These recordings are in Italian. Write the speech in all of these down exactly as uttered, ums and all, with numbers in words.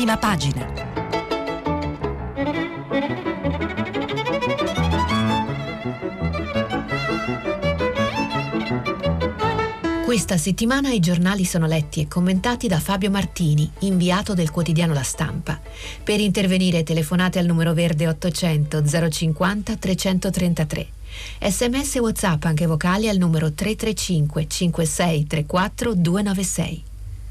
Prima pagina. Questa settimana i giornali sono letti e commentati da Fabio Martini, inviato del quotidiano La Stampa. Per intervenire telefonate al numero verde ottocento zero cinquanta trecentotrentatré. Sms e WhatsApp anche vocali al numero tre tre cinque cinque sei tre quattro due nove sei.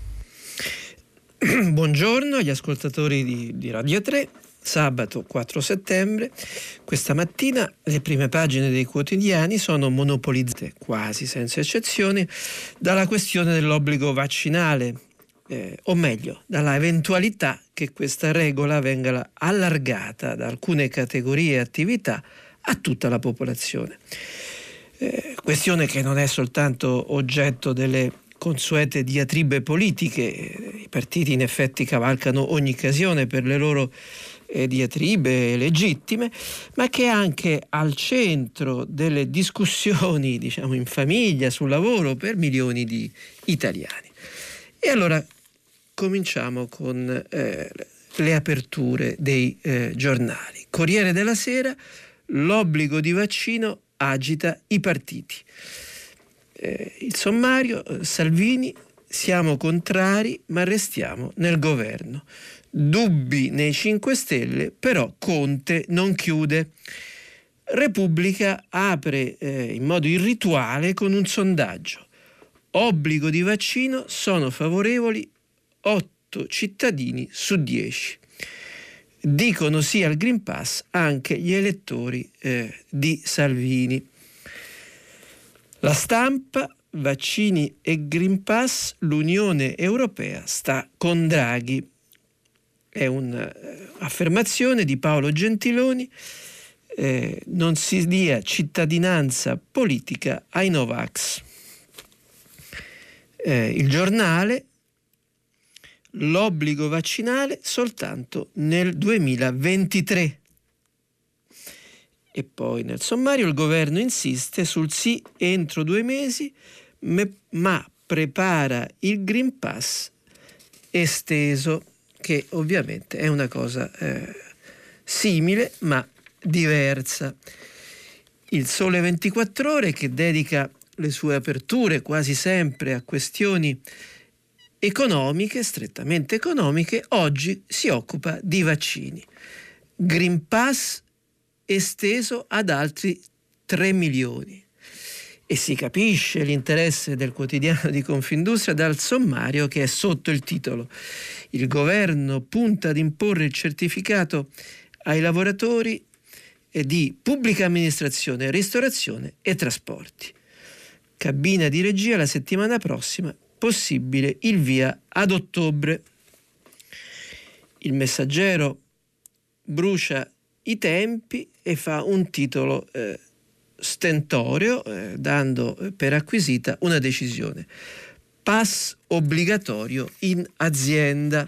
Buongiorno agli ascoltatori di, di Radio tre. Sabato quattro settembre, questa mattina le prime pagine dei quotidiani sono monopolizzate, quasi senza eccezione, dalla questione dell'obbligo vaccinale, eh, o meglio, dalla eventualità che questa regola venga allargata da alcune categorie e attività a tutta la popolazione. Eh, questione che non è soltanto oggetto delle consuete diatribe politiche, i partiti in effetti cavalcano ogni occasione per le loro eh, diatribe legittime, ma che è anche al centro delle discussioni, diciamo, in famiglia, sul lavoro per milioni di italiani. E allora cominciamo con eh, le aperture dei eh, giornali. Corriere della Sera: l'obbligo di vaccino agita i partiti. Eh, il sommario: Salvini, siamo contrari ma restiamo nel governo. Dubbi nei cinque Stelle, però Conte non chiude. Repubblica apre eh, in modo irrituale con un sondaggio. Obbligo di vaccino, sono favorevoli otto cittadini su dieci. Dicono sì al Green Pass anche gli elettori eh, di Salvini. La Stampa: vaccini e Green Pass, l'Unione Europea sta con Draghi. È un'affermazione di Paolo Gentiloni. Eh, non si dia cittadinanza politica ai Novax. Eh, il Giornale: l'obbligo vaccinale soltanto nel duemilaventitré. E poi nel sommario il governo insiste sul sì entro due mesi, ma prepara il Green Pass esteso, che ovviamente è una cosa eh, simile ma diversa. Il Sole ventiquattro Ore, che dedica le sue aperture quasi sempre a questioni economiche, strettamente economiche, oggi si occupa di vaccini. Green Pass esteso ad altri tre milioni. E si capisce l'interesse del quotidiano di Confindustria dal sommario, che è sotto il titolo: il governo punta ad imporre il certificato ai lavoratori di pubblica amministrazione, ristorazione e trasporti. Cabina di regia la settimana prossima, possibile il via ad ottobre. Il Messaggero brucia i tempi e fa un titolo eh, stentoreo, eh, dando per acquisita una decisione: pass obbligatorio in azienda.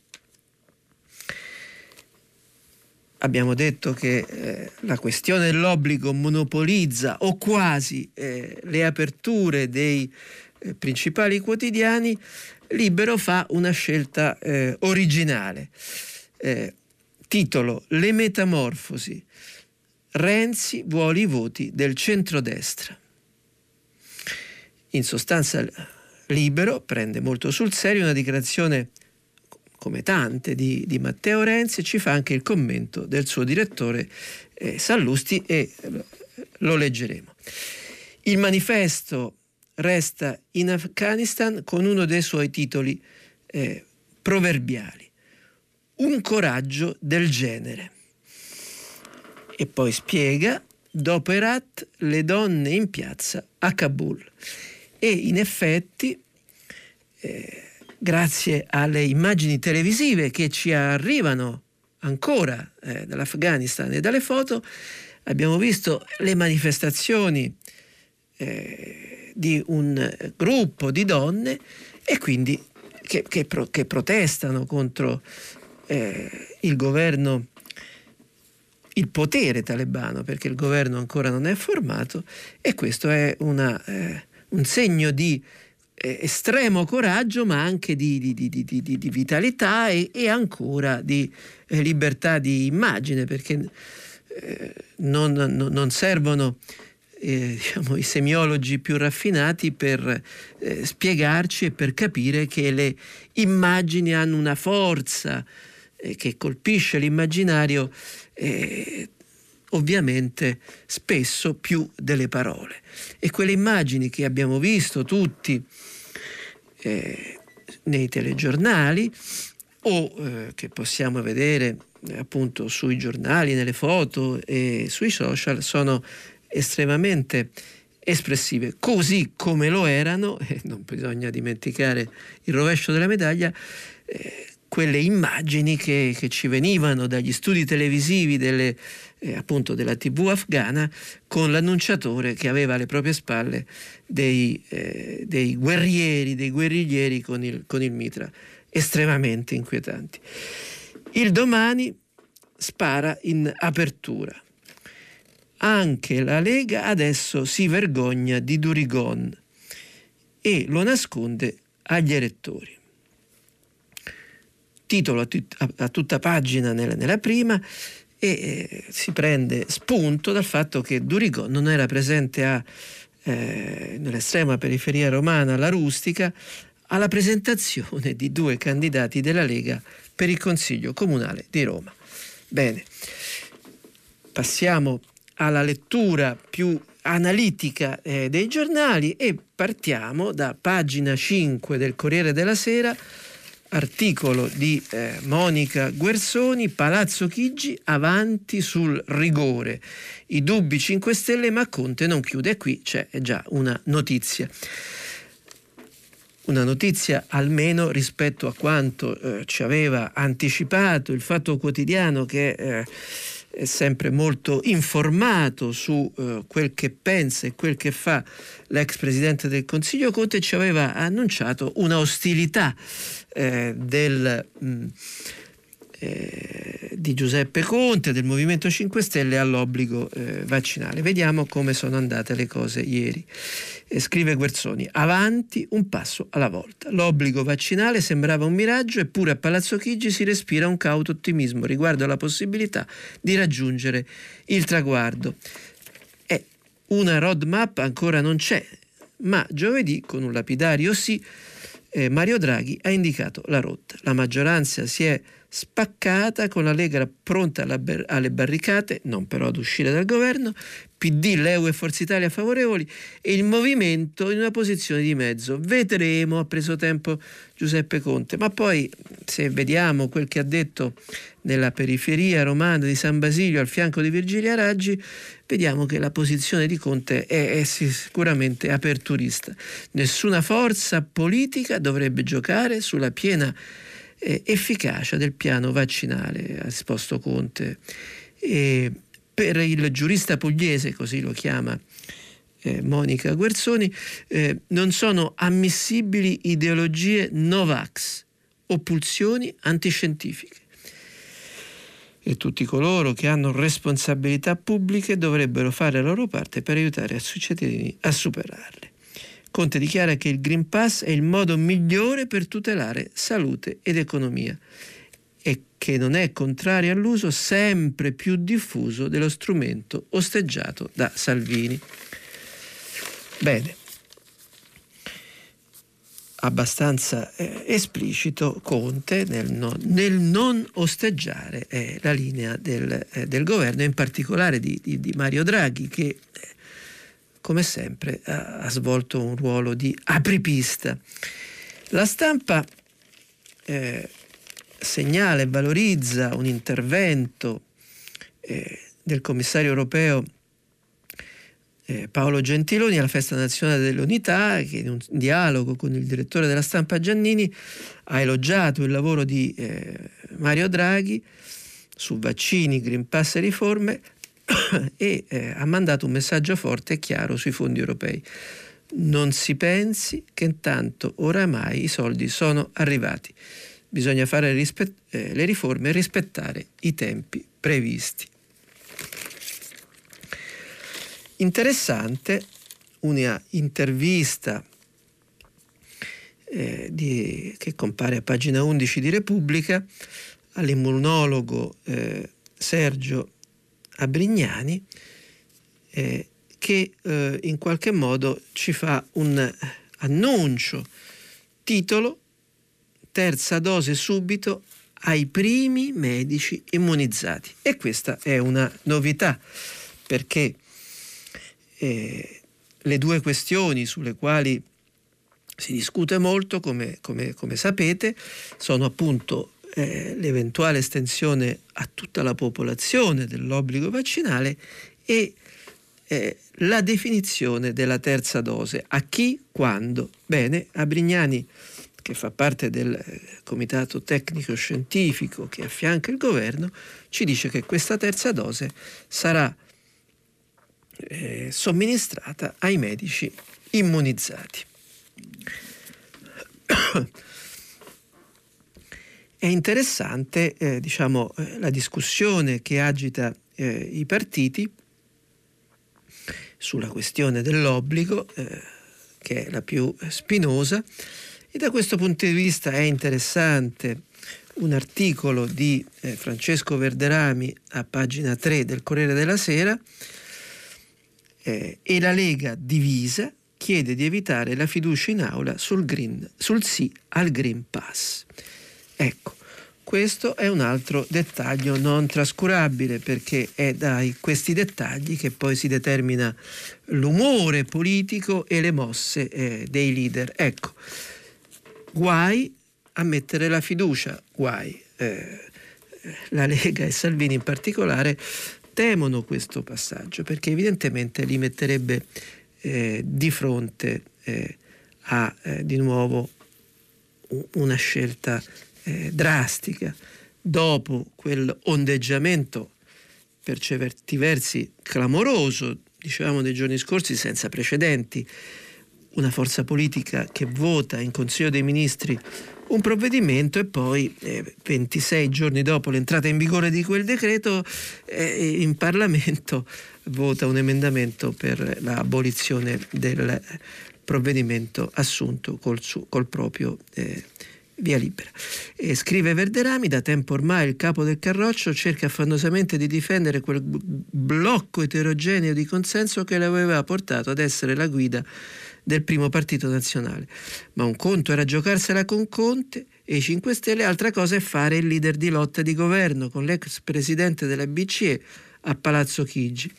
Abbiamo detto che eh, la questione dell'obbligo monopolizza o quasi eh, le aperture dei eh, principali quotidiani. Libero fa una scelta eh, originale. Eh, titolo: le metamorfosi. Renzi vuole i voti del centrodestra. In sostanza Libero prende molto sul serio una dichiarazione, come tante, di, di Matteo Renzi, e ci fa anche il commento del suo direttore eh, Sallusti, e lo leggeremo. Il Manifesto resta in Afghanistan con uno dei suoi titoli eh, proverbiali: un coraggio del genere. E poi spiega: dopo Herat, le donne in piazza a Kabul. E in effetti, eh, grazie alle immagini televisive che ci arrivano ancora eh, dall'Afghanistan e dalle foto, abbiamo visto le manifestazioni eh, di un gruppo di donne, e quindi che, che, pro, che protestano contro eh, il governo, il potere talebano, perché il governo ancora non è formato, e questo è una, eh, un segno di eh, estremo coraggio, ma anche di, di, di, di, di, di vitalità e, e ancora di eh, libertà di immagine, perché eh, non, non, non servono eh, diciamo, i semiologi più raffinati per eh, spiegarci e per capire che le immagini hanno una forza eh, che colpisce l'immaginario eh, ovviamente spesso più delle parole. E quelle immagini che abbiamo visto tutti eh, nei telegiornali o eh, che possiamo vedere eh, appunto sui giornali, nelle foto e sui social sono estremamente espressive, così come lo erano, e non bisogna dimenticare il rovescio della medaglia, eh, quelle immagini che, che ci venivano dagli studi televisivi delle, eh, appunto della tivù afghana, con l'annunciatore che aveva alle proprie spalle dei, eh, dei guerrieri, dei guerriglieri con il, con il mitra, estremamente inquietanti. Il Domani spara in apertura. Anche la Lega adesso si vergogna di Durigon e lo nasconde agli elettori. Titolo a, tut- a tutta pagina nella, nella prima e eh, si prende spunto dal fatto che Durigon non era presente a, eh, nell'estrema periferia romana, la Rustica, alla presentazione di due candidati della Lega per il Consiglio Comunale di Roma. Bene, passiamo alla lettura più analitica eh, dei giornali e partiamo da pagina cinque del Corriere della Sera, articolo di eh, Monica Guerzoni, Palazzo Chigi avanti sul rigore, i dubbi cinque Stelle ma Conte non chiude. E qui c'è già una notizia. Una notizia almeno rispetto a quanto eh, ci aveva anticipato il Fatto Quotidiano, che eh, è sempre molto informato su eh, quel che pensa e quel che fa l'ex presidente del Consiglio Conte. Ci aveva annunciato una ostilità eh, del, mh, eh, di Giuseppe Conte, del Movimento cinque Stelle all'obbligo eh, vaccinale. Vediamo come sono andate le cose ieri. E scrive Guerzoni: avanti un passo alla volta. L'obbligo vaccinale sembrava un miraggio, eppure a Palazzo Chigi si respira un cauto ottimismo riguardo alla possibilità di raggiungere il traguardo. E una roadmap ancora non c'è, ma giovedì, con un lapidario sì, eh, Mario Draghi ha indicato la rotta. La maggioranza si è spaccata, con la Lega pronta alla ber- alle barricate, non però ad uscire dal governo, P D, L E U e Forza Italia favorevoli e il movimento in una posizione di mezzo. Vedremo, ha preso tempo Giuseppe Conte, ma poi se vediamo quel che ha detto nella periferia romana di San Basilio al fianco di Virgilia Raggi, vediamo che la posizione di Conte è, è sicuramente aperturista. Nessuna forza politica dovrebbe giocare sulla piena eh, efficacia del piano vaccinale, ha risposto Conte. E per il giurista pugliese, così lo chiama eh, Monica Guerzoni, eh, non sono ammissibili ideologie Novax o pulsioni antiscientifiche. E tutti coloro che hanno responsabilità pubbliche dovrebbero fare la loro parte per aiutare i cittadini a superarle. Conte dichiara che il Green Pass è il modo migliore per tutelare salute ed economia e che non è contrario all'uso sempre più diffuso dello strumento osteggiato da Salvini. Bene, abbastanza eh, esplicito Conte nel, no, nel non osteggiare eh, la linea del, eh, del governo, in particolare di, di, di Mario Draghi, che eh, come sempre ha, ha svolto un ruolo di apripista. La Stampa eh, segnala e valorizza un intervento eh, del commissario europeo eh, Paolo Gentiloni alla Festa Nazionale dell'Unità, che in un dialogo con il direttore della Stampa Giannini ha elogiato il lavoro di eh, Mario Draghi su vaccini, Green Pass e riforme e eh, ha mandato un messaggio forte e chiaro sui fondi europei. Non si pensi che intanto oramai i soldi sono arrivati. Bisogna fare rispe- eh, le riforme e rispettare i tempi previsti. Interessante una intervista eh, di, che compare a pagina undici di Repubblica, all'immunologo eh, Sergio Abrignani, eh, che eh, in qualche modo ci fa un annuncio, titolo: terza dose subito ai primi medici immunizzati. E questa è una novità, perché eh, le due questioni sulle quali si discute molto, come, come, come sapete, sono appunto eh, l'eventuale estensione a tutta la popolazione dell'obbligo vaccinale e eh, la definizione della terza dose. A chi, quando? Bene, Abrignani, che fa parte del comitato tecnico scientifico che affianca il governo, ci dice che questa terza dose sarà eh, somministrata ai medici immunizzati. È interessante eh, diciamo, eh, la discussione che agita eh, i partiti sulla questione dell'obbligo, eh, che è la più spinosa, e da questo punto di vista è interessante un articolo di eh, Francesco Verderami a pagina tre del Corriere della Sera, eh, e la Lega divisa chiede di evitare la fiducia in aula sul, green, sul sì al Green Pass. Ecco, questo è un altro dettaglio non trascurabile, perché è da questi dettagli che poi si determina l'umore politico e le mosse eh, dei leader. Ecco, guai a mettere la fiducia, guai. Eh, la Lega e Salvini in particolare temono questo passaggio, perché evidentemente li metterebbe eh, di fronte eh, a eh, di nuovo una scelta eh, drastica. Dopo quel ondeggiamento per certi versi clamoroso, dicevamo nei giorni scorsi, senza precedenti, una forza politica che vota in Consiglio dei Ministri un provvedimento e poi eh, ventisei giorni dopo l'entrata in vigore di quel decreto eh, in Parlamento vota un emendamento per l'abolizione del provvedimento assunto col, su, col proprio eh, via libera. E scrive Verderami: da tempo ormai il capo del Carroccio cerca affannosamente di difendere quel blocco eterogeneo di consenso che l'aveva portato ad essere la guida del primo partito nazionale. Ma un conto era giocarsela con Conte e i cinque Stelle, altra cosa è fare il leader di lotta di governo con l'ex presidente della B C E a Palazzo Chigi.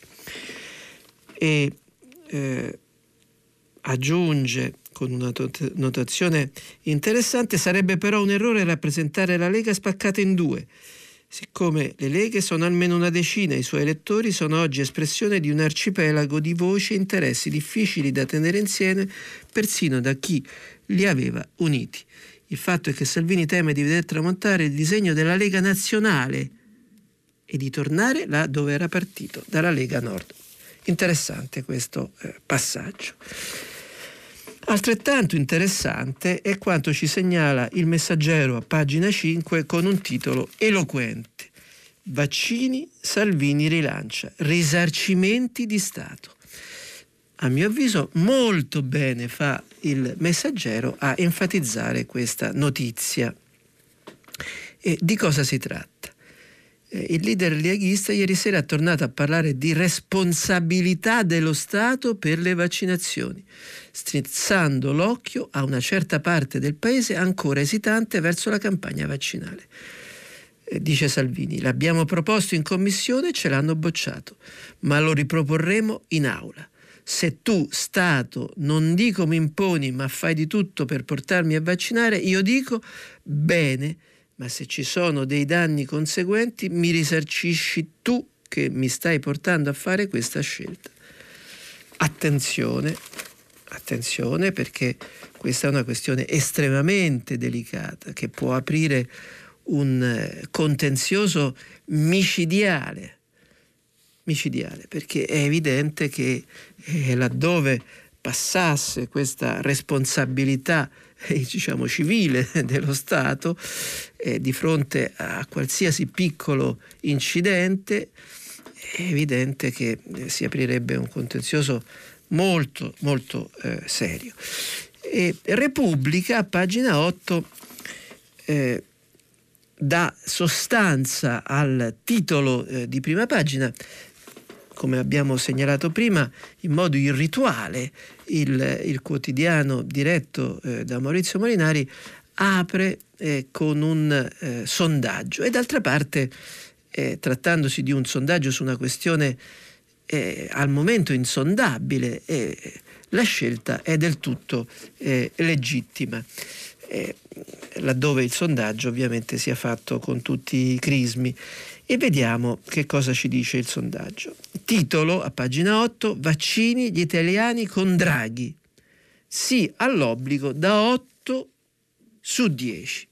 E eh, aggiunge con una notazione interessante: sarebbe però un errore rappresentare la Lega spaccata in due. Siccome le leghe sono almeno una decina, i suoi elettori sono oggi espressione di un arcipelago di voci e interessi difficili da tenere insieme persino da chi li aveva uniti. Il fatto è che Salvini teme di veder tramontare il disegno della Lega nazionale e di tornare là dove era partito, dalla Lega Nord. Interessante questo eh, passaggio. Altrettanto interessante è quanto ci segnala il Messaggero a pagina cinque con un titolo eloquente: vaccini, Salvini rilancia, risarcimenti di Stato. A mio avviso molto bene fa il Messaggero a enfatizzare questa notizia. E di cosa si tratta? Il leader leghista ieri sera è tornato a parlare di responsabilità dello Stato per le vaccinazioni, strizzando l'occhio a una certa parte del paese ancora esitante verso la campagna vaccinale. Eh, dice Salvini: l'abbiamo proposto in commissione e ce l'hanno bocciato, ma lo riproporremo in aula. Se tu, Stato, non dico mi imponi, ma fai di tutto per portarmi a vaccinare, io dico bene, ma se ci sono dei danni conseguenti mi risarcisci tu che mi stai portando a fare questa scelta. Attenzione, attenzione, perché questa è una questione estremamente delicata che può aprire un contenzioso micidiale, micidiale, perché è evidente che eh, laddove passasse questa responsabilità eh, diciamo civile dello Stato eh, di fronte a qualsiasi piccolo incidente, è evidente che eh, si aprirebbe un contenzioso molto molto eh, serio. E Repubblica, a pagina otto, eh, dà sostanza al titolo eh, di prima pagina. Come abbiamo segnalato prima, in modo irrituale, il, il quotidiano diretto eh, da Maurizio Molinari apre eh, con un eh, sondaggio, e d'altra parte, eh, trattandosi di un sondaggio su una questione eh, al momento insondabile, eh, la scelta è del tutto eh, legittima. Eh, laddove il sondaggio ovviamente sia fatto con tutti i crismi. E vediamo che cosa ci dice il sondaggio. Titolo a pagina otto: vaccini gli italiani con Draghi, sì all'obbligo da otto su dieci.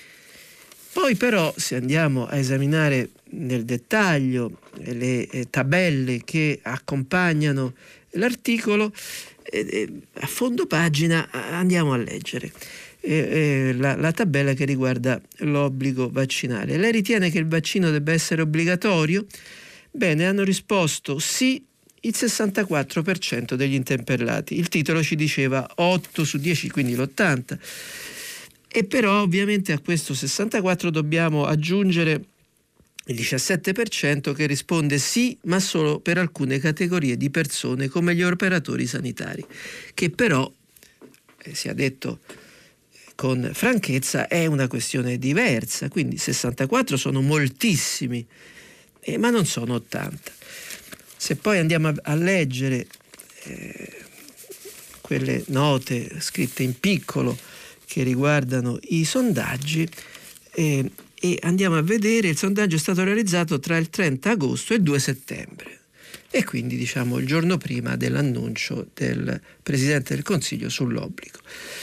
Poi però, se andiamo a esaminare nel dettaglio le eh, tabelle che accompagnano l'articolo, eh, eh, a fondo pagina andiamo a leggere Eh, eh, la, la tabella che riguarda l'obbligo vaccinale. Lei ritiene che il vaccino debba essere obbligatorio? Bene, hanno risposto sì il sessantaquattro per cento degli interpellati. Il titolo ci diceva otto su dieci, quindi l'ottanta. E però ovviamente a questo sessantaquattro dobbiamo aggiungere il diciassette per cento che risponde sì, ma solo per alcune categorie di persone come gli operatori sanitari, che però, eh, sia detto con franchezza, è una questione diversa. Quindi sessantaquattro sono moltissimi, eh, ma non sono ottanta. Se poi andiamo a, a leggere eh, quelle note scritte in piccolo che riguardano i sondaggi, eh, e andiamo a vedere, il sondaggio è stato realizzato tra il trenta agosto e il due settembre, e quindi diciamo il giorno prima dell'annuncio del Presidente del Consiglio sull'obbligo.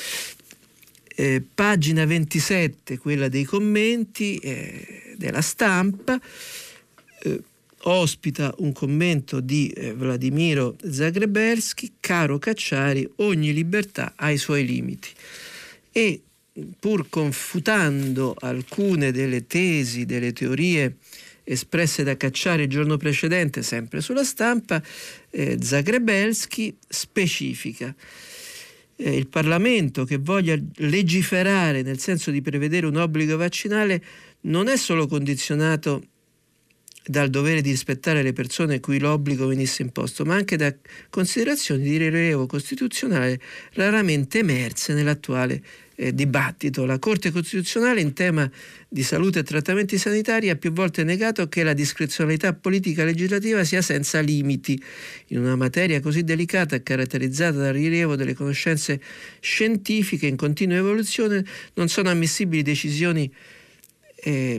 Eh, pagina ventisette, quella dei commenti eh, della Stampa, eh, ospita un commento di eh, Vladimiro Zagrebelsky: caro Cacciari, ogni libertà ha i suoi limiti. E pur confutando alcune delle tesi, delle teorie espresse da Cacciari il giorno precedente, sempre sulla Stampa, eh, Zagrebelsky specifica: Eh, il Parlamento che voglia legiferare nel senso di prevedere un obbligo vaccinale non è solo condizionato dal dovere di rispettare le persone cui l'obbligo venisse imposto, ma anche da considerazioni di rilievo costituzionale raramente emerse nell'attuale eh, dibattito. La Corte Costituzionale in tema di salute e trattamenti sanitari ha più volte negato che la discrezionalità politica legislativa sia senza limiti. In una materia così delicata e caratterizzata dal rilievo delle conoscenze scientifiche in continua evoluzione, non sono ammissibili decisioni eh,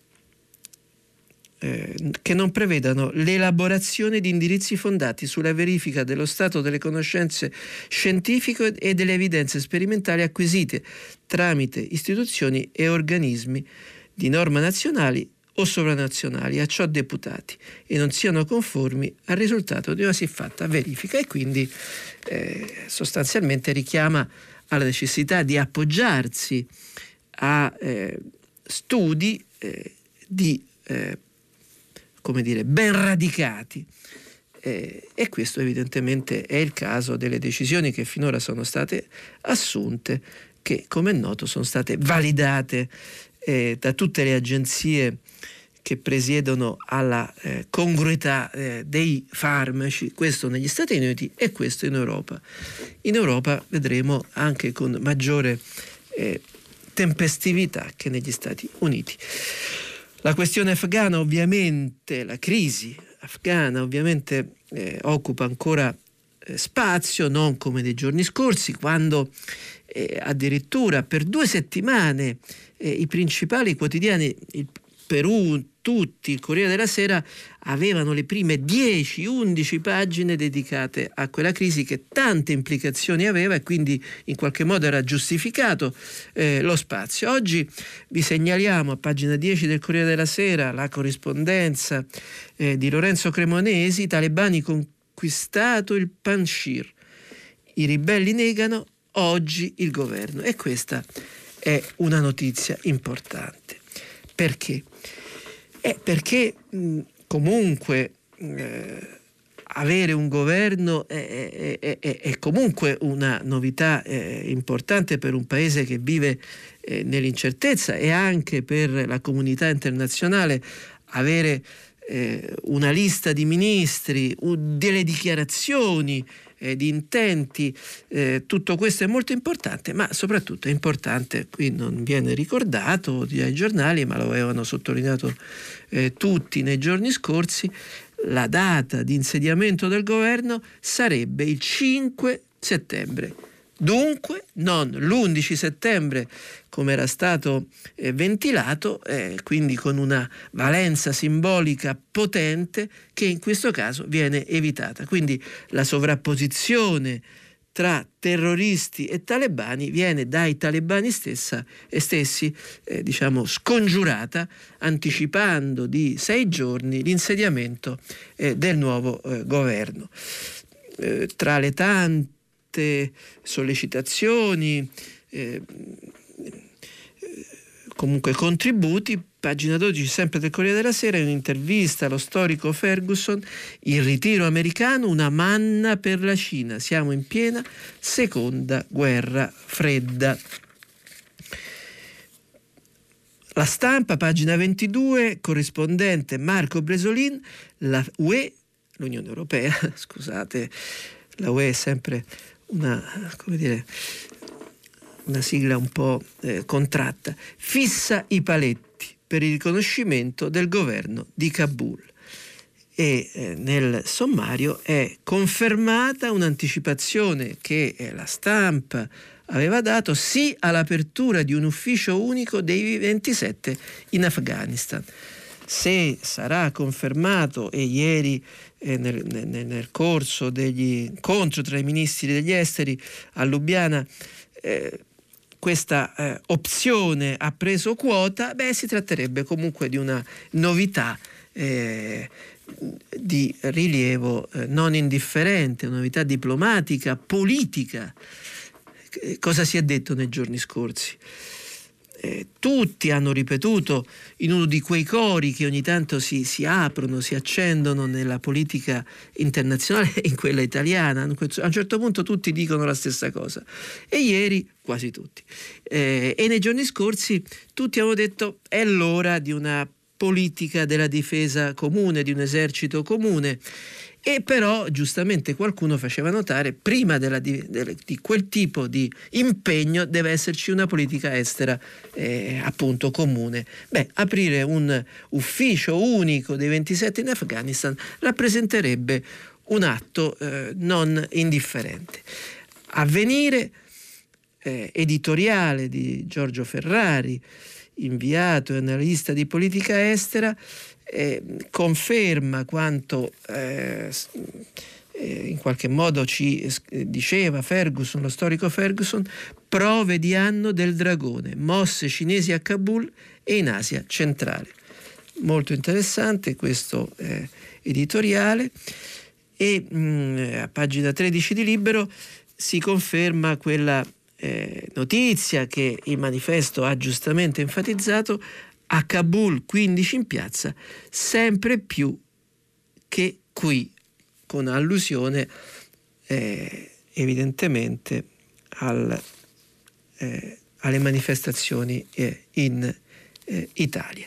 Eh, che non prevedano l'elaborazione di indirizzi fondati sulla verifica dello stato delle conoscenze scientifiche e delle evidenze sperimentali acquisite tramite istituzioni e organismi di norma nazionali o sovranazionali a ciò deputati e non siano conformi al risultato di una siffatta verifica. E quindi eh, sostanzialmente richiama alla necessità di appoggiarsi a eh, studi eh, di eh, come dire, ben radicati, eh, e questo evidentemente è il caso delle decisioni che finora sono state assunte, che come è noto sono state validate eh, da tutte le agenzie che presiedono alla eh, congruità eh, dei farmaci, questo negli Stati Uniti e questo in Europa. In Europa vedremo anche con maggiore eh, tempestività che negli Stati Uniti. La questione afghana, ovviamente, la crisi afghana ovviamente eh, occupa ancora eh, spazio, non come nei giorni scorsi, quando eh, addirittura per due settimane eh, i principali quotidiani, il Perù, tutti, il Corriere della Sera, avevano le prime dieci undici pagine dedicate a quella crisi che tante implicazioni aveva, e quindi in qualche modo era giustificato eh, lo spazio. Oggi vi segnaliamo a pagina dieci del Corriere della Sera la corrispondenza eh, di Lorenzo Cremonesi: i talebani conquistato il Panjshir, i ribelli negano, oggi il governo. E questa è una notizia importante. Perché? Eh, perché mh, comunque eh, avere un governo è, è, è, è comunque una novità eh, importante per un paese che vive eh, nell'incertezza, e anche per la comunità internazionale avere eh, una lista di ministri, uh, delle dichiarazioni eh, di intenti, eh, tutto questo è molto importante, ma soprattutto è importante, qui non viene ricordato dai giornali, ma lo avevano sottolineato eh, tutti nei giorni scorsi, la data di insediamento del governo sarebbe il cinque settembre. Dunque non l'undici settembre come era stato eh, ventilato, eh, quindi con una valenza simbolica potente che in questo caso viene evitata. Quindi la sovrapposizione tra terroristi e talebani viene dai talebani stessa, e stessi eh, diciamo scongiurata, anticipando di sei giorni l'insediamento eh, del nuovo eh, governo. Eh, tra le tante sollecitazioni, eh, comunque contributi, pagina dodici sempre del Corriere della Sera, in un'intervista allo storico Ferguson: il ritiro americano una manna per la Cina, siamo in piena seconda guerra fredda. La Stampa, pagina ventidue, corrispondente Marco Bresolin, la U E, l'Unione Europea, scusate, la U E è sempre una, come dire, una sigla un po' eh, contratta, fissa i paletti per il riconoscimento del governo di Kabul, e eh, nel sommario è confermata un'anticipazione che eh, la Stampa aveva dato, sì all'apertura di un ufficio unico dei ventisette in Afghanistan. Se sarà confermato, e ieri eh, nel, nel, nel corso degli incontri tra i ministri degli esteri a Lubiana eh, questa eh, opzione ha preso quota, beh, si tratterebbe comunque di una novità eh, di rilievo eh, non indifferente, una novità diplomatica, politica. Cosa si è detto nei giorni scorsi? Eh, tutti hanno ripetuto in uno di quei cori che ogni tanto si, si aprono, si accendono nella politica internazionale e in quella italiana. A un certo punto tutti dicono la stessa cosa, e ieri quasi tutti. Eh, e nei giorni scorsi tutti hanno detto: è l'ora di una politica della difesa comune, di un esercito comune. E però giustamente qualcuno faceva notare: prima della, di, di quel tipo di impegno deve esserci una politica estera eh, appunto comune. Beh, aprire un ufficio unico dei ventisette in Afghanistan rappresenterebbe un atto eh, non indifferente. Avvenire, eh, editoriale di Giorgio Ferrari, inviato e analista di politica estera, Eh, conferma quanto eh, eh, in qualche modo ci eh, diceva Ferguson, lo storico Ferguson: prove di anno del dragone, mosse cinesi a Kabul e in Asia centrale. Molto interessante questo eh, editoriale, e mh, a pagina tredici di Libero si conferma quella eh, notizia che il manifesto ha giustamente enfatizzato: a Kabul quindici in piazza, sempre più che qui, con allusione eh, evidentemente al, eh, alle manifestazioni eh, in eh, Italia.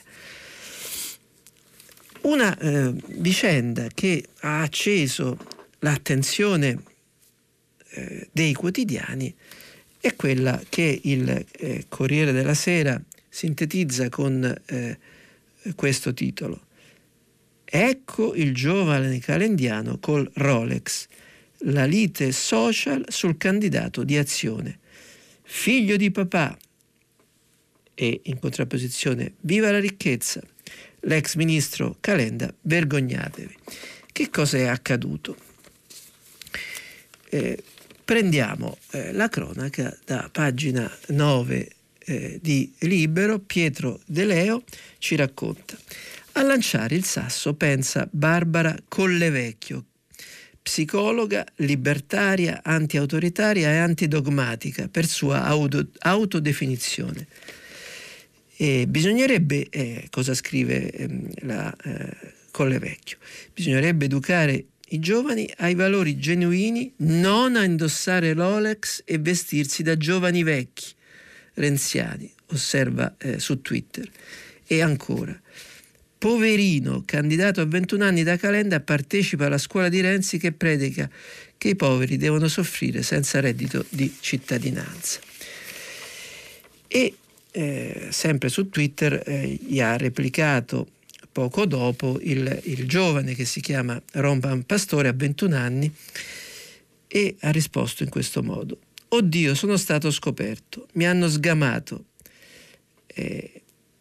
Una eh, vicenda che ha acceso l'attenzione eh, dei quotidiani è quella che il eh, Corriere della Sera sintetizza con eh, questo titolo: ecco il giovane Calendiano col Rolex, la lite social sul candidato di Azione, figlio di papà, e in contrapposizione viva la ricchezza, l'ex ministro Calenda, vergognatevi. Che cosa è accaduto? Eh, prendiamo eh, la cronaca da pagina nove Eh, di Libero. Pietro De Leo ci racconta: a lanciare il sasso pensa Barbara Collevecchio, psicologa libertaria, anti-autoritaria e antidogmatica per sua auto, autodefinizione. E bisognerebbe, eh, cosa scrive eh, la eh, Collevecchio, bisognerebbe educare i giovani ai valori genuini, non a indossare Rolex e vestirsi da giovani vecchi renziani, osserva eh, su Twitter. E ancora, poverino, candidato a ventuno anni da Calenda, partecipa alla scuola di Renzi che predica che i poveri devono soffrire senza reddito di cittadinanza. E eh, sempre su Twitter eh, gli ha replicato poco dopo il, il giovane che si chiama Roman Pastore, a ventuno anni, e ha risposto in questo modo: oddio, sono stato scoperto, mi hanno sgamato. Eh,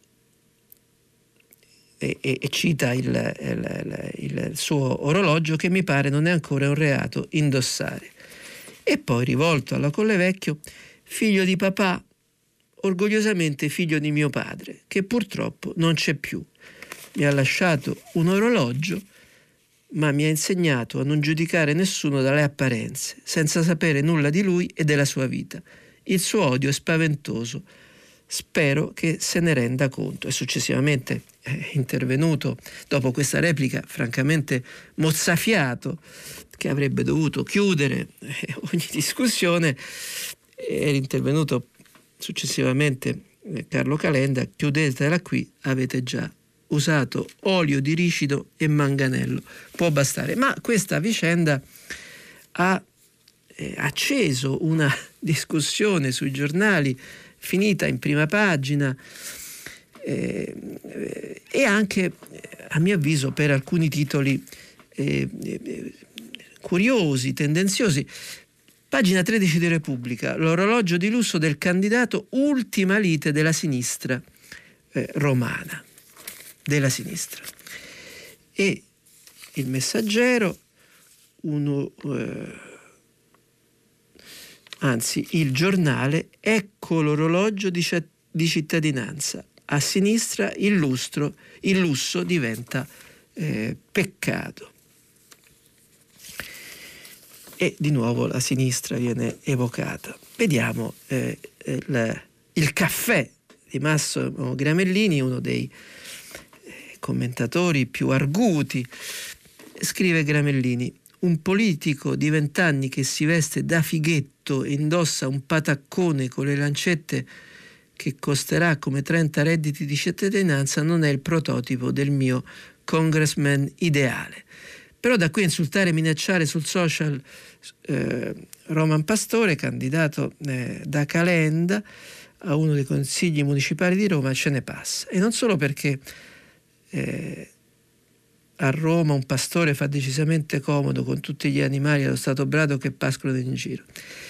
e, e, e cita il, il, il, il suo orologio, che mi pare non è ancora un reato indossare. E poi, rivolto alla Collevecchio: figlio di papà, orgogliosamente figlio di mio padre, che purtroppo non c'è più. Mi ha lasciato un orologio, ma mi ha insegnato a non giudicare nessuno dalle apparenze, senza sapere nulla di lui e della sua vita. Il suo odio è spaventoso. Spero che se ne renda conto. E successivamente è intervenuto, dopo questa replica francamente mozzafiato, che avrebbe dovuto chiudere ogni discussione, è intervenuto successivamente Carlo Calenda: chiudetela qui, avete già usato olio di ricido e manganello, può bastare. Ma questa vicenda ha eh, acceso una discussione sui giornali finita in prima pagina eh, e anche, a mio avviso, per alcuni titoli eh, eh, curiosi, tendenziosi. Pagina tredici di Repubblica: l'orologio di lusso del candidato, ultima lite della sinistra eh, romana, della sinistra. E il Messaggero, uno, eh, anzi il Giornale: ecco l'orologio di, di cittadinanza, a sinistra il lustro, il lusso diventa eh, peccato. E di nuovo la sinistra viene evocata. Vediamo eh, il, il caffè di Massimo Gramellini, uno dei eh, commentatori più arguti. Scrive Gramellini: un politico di vent'anni che si veste da fighetto e indossa un pataccone con le lancette che costerà come trenta redditi di cittadinanza non è il prototipo del mio congressman ideale. Però da qui a insultare e minacciare sul social eh, Roman Pastore, candidato eh, da Calenda a uno dei consigli municipali di Roma, ce ne passa. E non solo perché eh, a Roma un pastore fa decisamente comodo con tutti gli animali allo stato brado che pascolano in giro.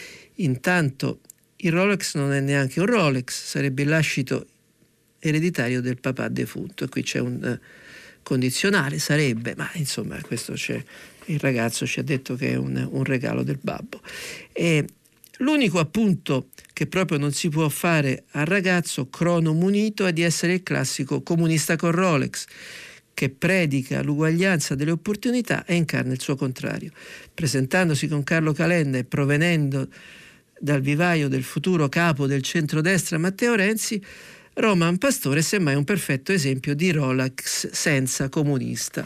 Intanto il Rolex non è neanche un Rolex, sarebbe il lascito ereditario del papà defunto. E qui c'è un uh, condizionale, sarebbe, ma insomma questo c'è, il ragazzo ci ha detto che è un, un regalo del babbo. E l'unico appunto che proprio non si può fare al ragazzo crono munito è di essere il classico comunista con Rolex, che predica l'uguaglianza delle opportunità e incarna il suo contrario. Presentandosi con Carlo Calenda e provenendo dal vivaio del futuro capo del centrodestra Matteo Renzi, Roman Pastore è semmai un perfetto esempio di Rolex senza comunista.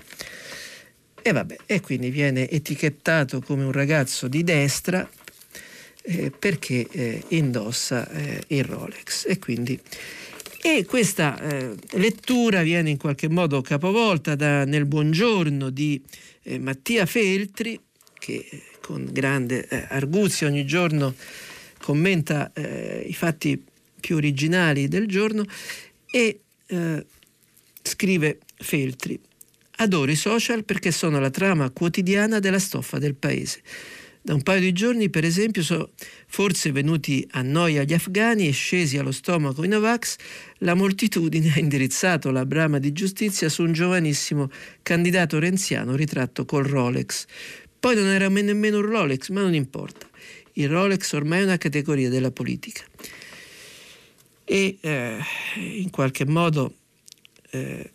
E vabbè, e quindi viene etichettato come un ragazzo di destra eh, perché eh, indossa eh, il Rolex. E quindi e questa eh, lettura viene in qualche modo capovolta da Nel Buongiorno di eh, Mattia Feltri, che eh, con grande eh, arguzia ogni giorno commenta eh, i fatti più originali del giorno. E eh, scrive Feltri: adoro i social perché sono la trama quotidiana della stoffa del paese. Da un paio di giorni, per esempio, sono forse venuti a noia gli afghani e scesi allo stomaco i Novax, la moltitudine ha indirizzato la brama di giustizia su un giovanissimo candidato renziano ritratto col Rolex. Poi non era nemmeno un Rolex, ma non importa. Il Rolex ormai è una categoria della politica. E eh, in qualche modo eh,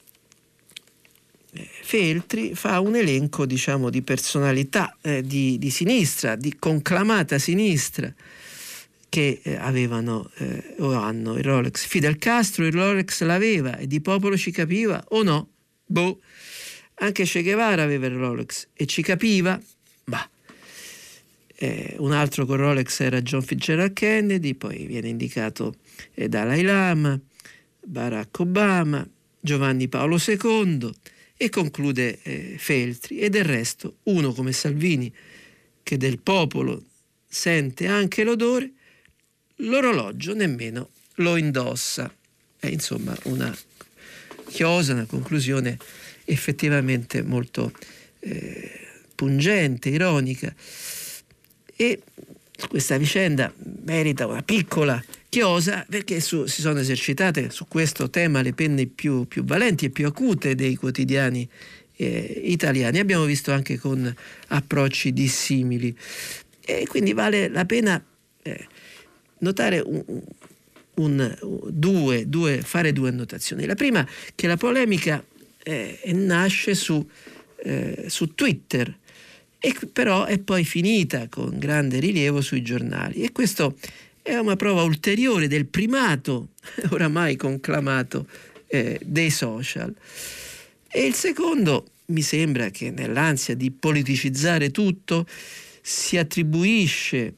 Feltri fa un elenco, diciamo, di personalità eh, di, di sinistra, di conclamata sinistra, che eh, avevano eh, o hanno il Rolex. Fidel Castro il Rolex l'aveva e di popolo ci capiva o no? Boh. Anche Che Guevara aveva il Rolex e ci capiva, ma eh, un altro con Rolex era John Fitzgerald Kennedy, poi viene indicato eh, Dalai Lama, Barack Obama, Giovanni Paolo secondo e conclude eh, Feltri. E del resto uno come Salvini, che del popolo sente anche l'odore, l'orologio nemmeno lo indossa. È insomma una chiosa, una conclusione effettivamente molto eh, pungente, ironica, e questa vicenda merita una piccola chiosa perché su, si sono esercitate su questo tema le penne più, più valenti e più acute dei quotidiani eh, italiani. Abbiamo visto anche con approcci dissimili, e quindi vale la pena eh, notare un, un, due, due, fare due annotazioni. La prima, che la polemica eh, nasce su, eh, su Twitter, e però è poi finita con grande rilievo sui giornali, e questo è una prova ulteriore del primato oramai conclamato eh, dei social. E il secondo, mi sembra che nell'ansia di politicizzare tutto si attribuisce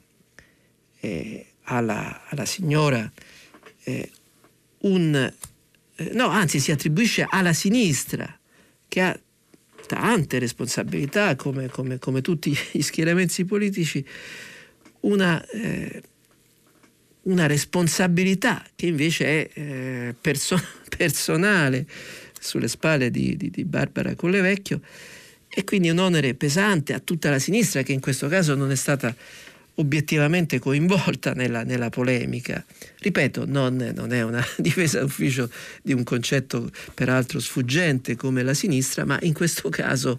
eh, alla, alla signora eh, un eh, no anzi si attribuisce alla sinistra, che ha tante responsabilità come, come, come tutti gli schieramenti politici, una, eh, una responsabilità che invece è eh, perso- personale sulle spalle di, di, di Barbara Collavecchio, e quindi un onere pesante a tutta la sinistra, che in questo caso non è stata obiettivamente coinvolta nella, nella polemica. Ripeto, non, non è una difesa d'ufficio di un concetto peraltro sfuggente come la sinistra, ma in questo caso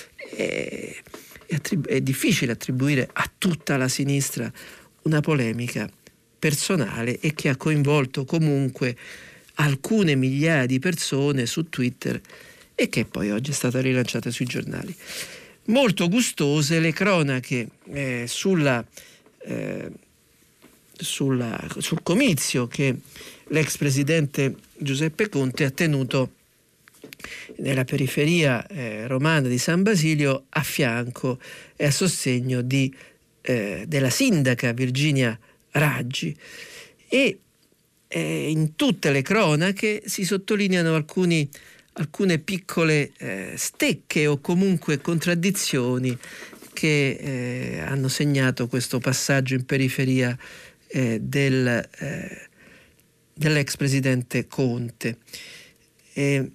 è, è, attribu- è difficile attribuire a tutta la sinistra una polemica personale e che ha coinvolto comunque alcune migliaia di persone su Twitter e che poi oggi è stata rilanciata sui giornali. Molto gustose le cronache eh, sulla, eh, sulla, sul comizio che l'ex presidente Giuseppe Conte ha tenuto nella periferia eh, romana di San Basilio, a fianco e a sostegno di, eh, della sindaca Virginia Raggi. E eh, in tutte le cronache si sottolineano alcuni alcune piccole eh, stecche o comunque contraddizioni che eh, hanno segnato questo passaggio in periferia eh, del, eh, dell'ex presidente Conte. E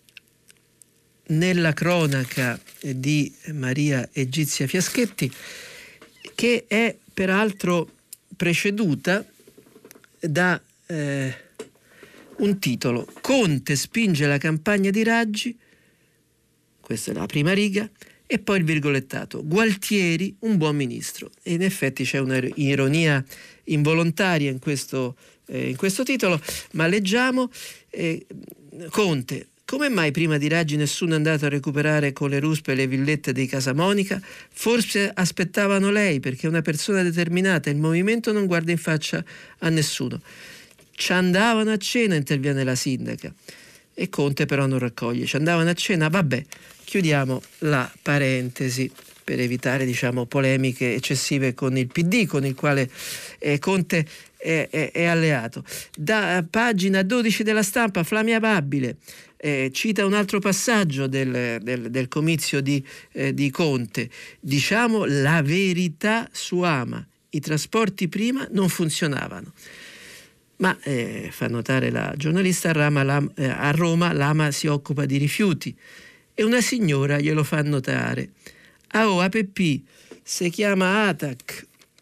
nella cronaca di Maria Egizia Fiaschetti, che è peraltro preceduta da eh, un titolo: Conte spinge la campagna di Raggi, questa è la prima riga, e poi il virgolettato: Gualtieri un buon ministro. E in effetti c'è un'ironia involontaria in questo, eh, in questo titolo, ma leggiamo eh, Conte: come mai prima di Raggi nessuno è andato a recuperare con le ruspe le villette dei Casamonica? Forse aspettavano lei, perché è una persona determinata, il movimento non guarda in faccia a nessuno. Ci andavano a cena, interviene la sindaca, e Conte però non raccoglie. Ci andavano a cena, vabbè, chiudiamo la parentesi per evitare, diciamo, polemiche eccessive con il P D, con il quale eh, Conte è, è, è alleato. Da pagina dodici della Stampa, Flavia Babile eh, cita un altro passaggio del, del, del comizio di, eh, di Conte: diciamo la verità su Ama, i trasporti prima non funzionavano. Ma eh, fa notare la giornalista, a Roma, l'Ama, eh, a Roma l'Ama si occupa di rifiuti, e una signora glielo fa notare. Ah, oh, A P P, si chiama Atac.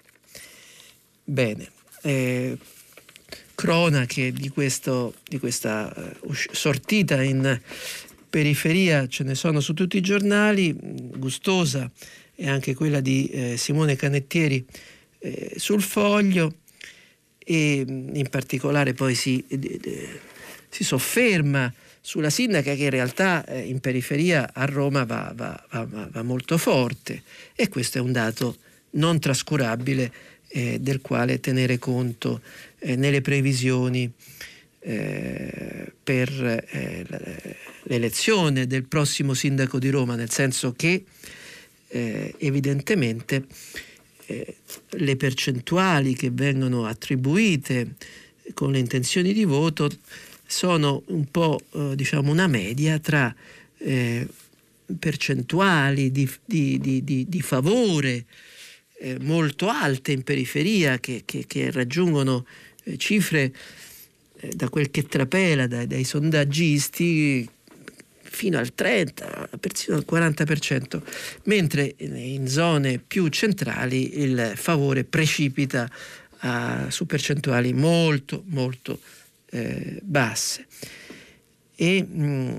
Bene, eh, cronache di, questo, di questa uh, sortita in periferia ce ne sono su tutti i giornali, gustosa è anche quella di eh, Simone Canettieri eh, sul Foglio, e in particolare poi si, eh, si sofferma sulla sindaca che in realtà eh, in periferia a Roma va, va, va, va molto forte, e questo è un dato non trascurabile eh, del quale tenere conto eh, nelle previsioni eh, per eh, l'elezione del prossimo sindaco di Roma, nel senso che eh, evidentemente eh, le percentuali che vengono attribuite con le intenzioni di voto sono un po' eh, diciamo una media tra eh, percentuali di, di, di, di, di favore eh, molto alte in periferia che, che, che raggiungono eh, cifre eh, da quel che trapela dai, dai sondaggisti fino al trenta, persino al quaranta per cento, mentre in zone più centrali il favore precipita a, su percentuali molto molto eh, basse. E mh,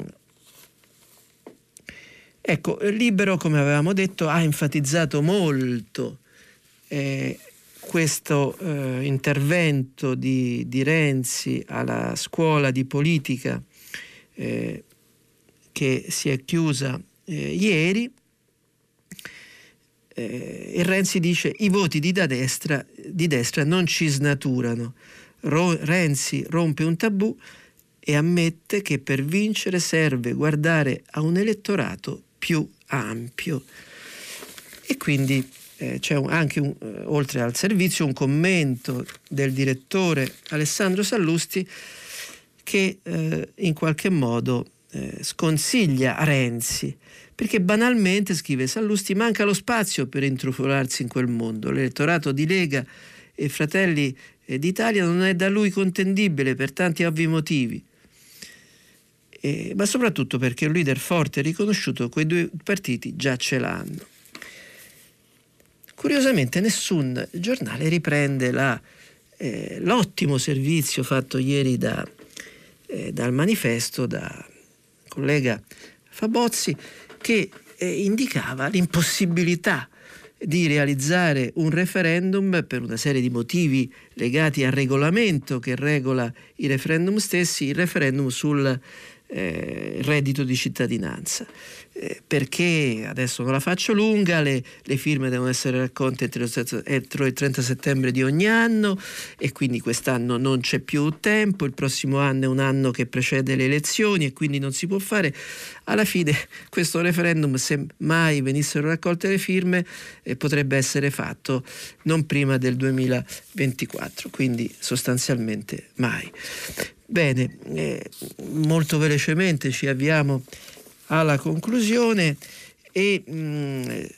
ecco, Libero, come avevamo detto, ha enfatizzato molto eh, questo eh, intervento di, di Renzi alla scuola di politica eh, che si è chiusa eh, ieri, eh, e Renzi dice: i voti di, da destra, di destra non ci snaturano. Ro- Renzi rompe un tabù e ammette che per vincere serve guardare a un elettorato più ampio. E quindi eh, c'è un, anche un, eh, oltre al servizio un commento del direttore Alessandro Sallusti che eh, in qualche modo eh, sconsiglia a Renzi, perché banalmente, scrive Sallusti, manca lo spazio per intrufolarsi in quel mondo. L'elettorato di Lega e Fratelli d'Italia non è da lui contendibile per tanti ovvi motivi. Eh, ma soprattutto perché un leader forte e riconosciuto quei due partiti già ce l'hanno. Curiosamente nessun giornale riprende la, eh, l'ottimo servizio fatto ieri da, eh, dal Manifesto, da collega Fabozzi, che eh, indicava l'impossibilità di realizzare un referendum per una serie di motivi legati al regolamento che regola i referendum stessi, il referendum sul Eh, reddito di cittadinanza, eh, perché adesso non la faccio lunga, le, le firme devono essere raccolte entro, entro il trenta settembre di ogni anno e quindi quest'anno non c'è più tempo, il prossimo anno è un anno che precede le elezioni e quindi non si può fare. Alla fine questo referendum, se mai venissero raccolte le firme, eh, potrebbe essere fatto non prima del duemilaventiquattro, quindi sostanzialmente mai. Bene, eh, molto velocemente ci avviamo alla conclusione e mh,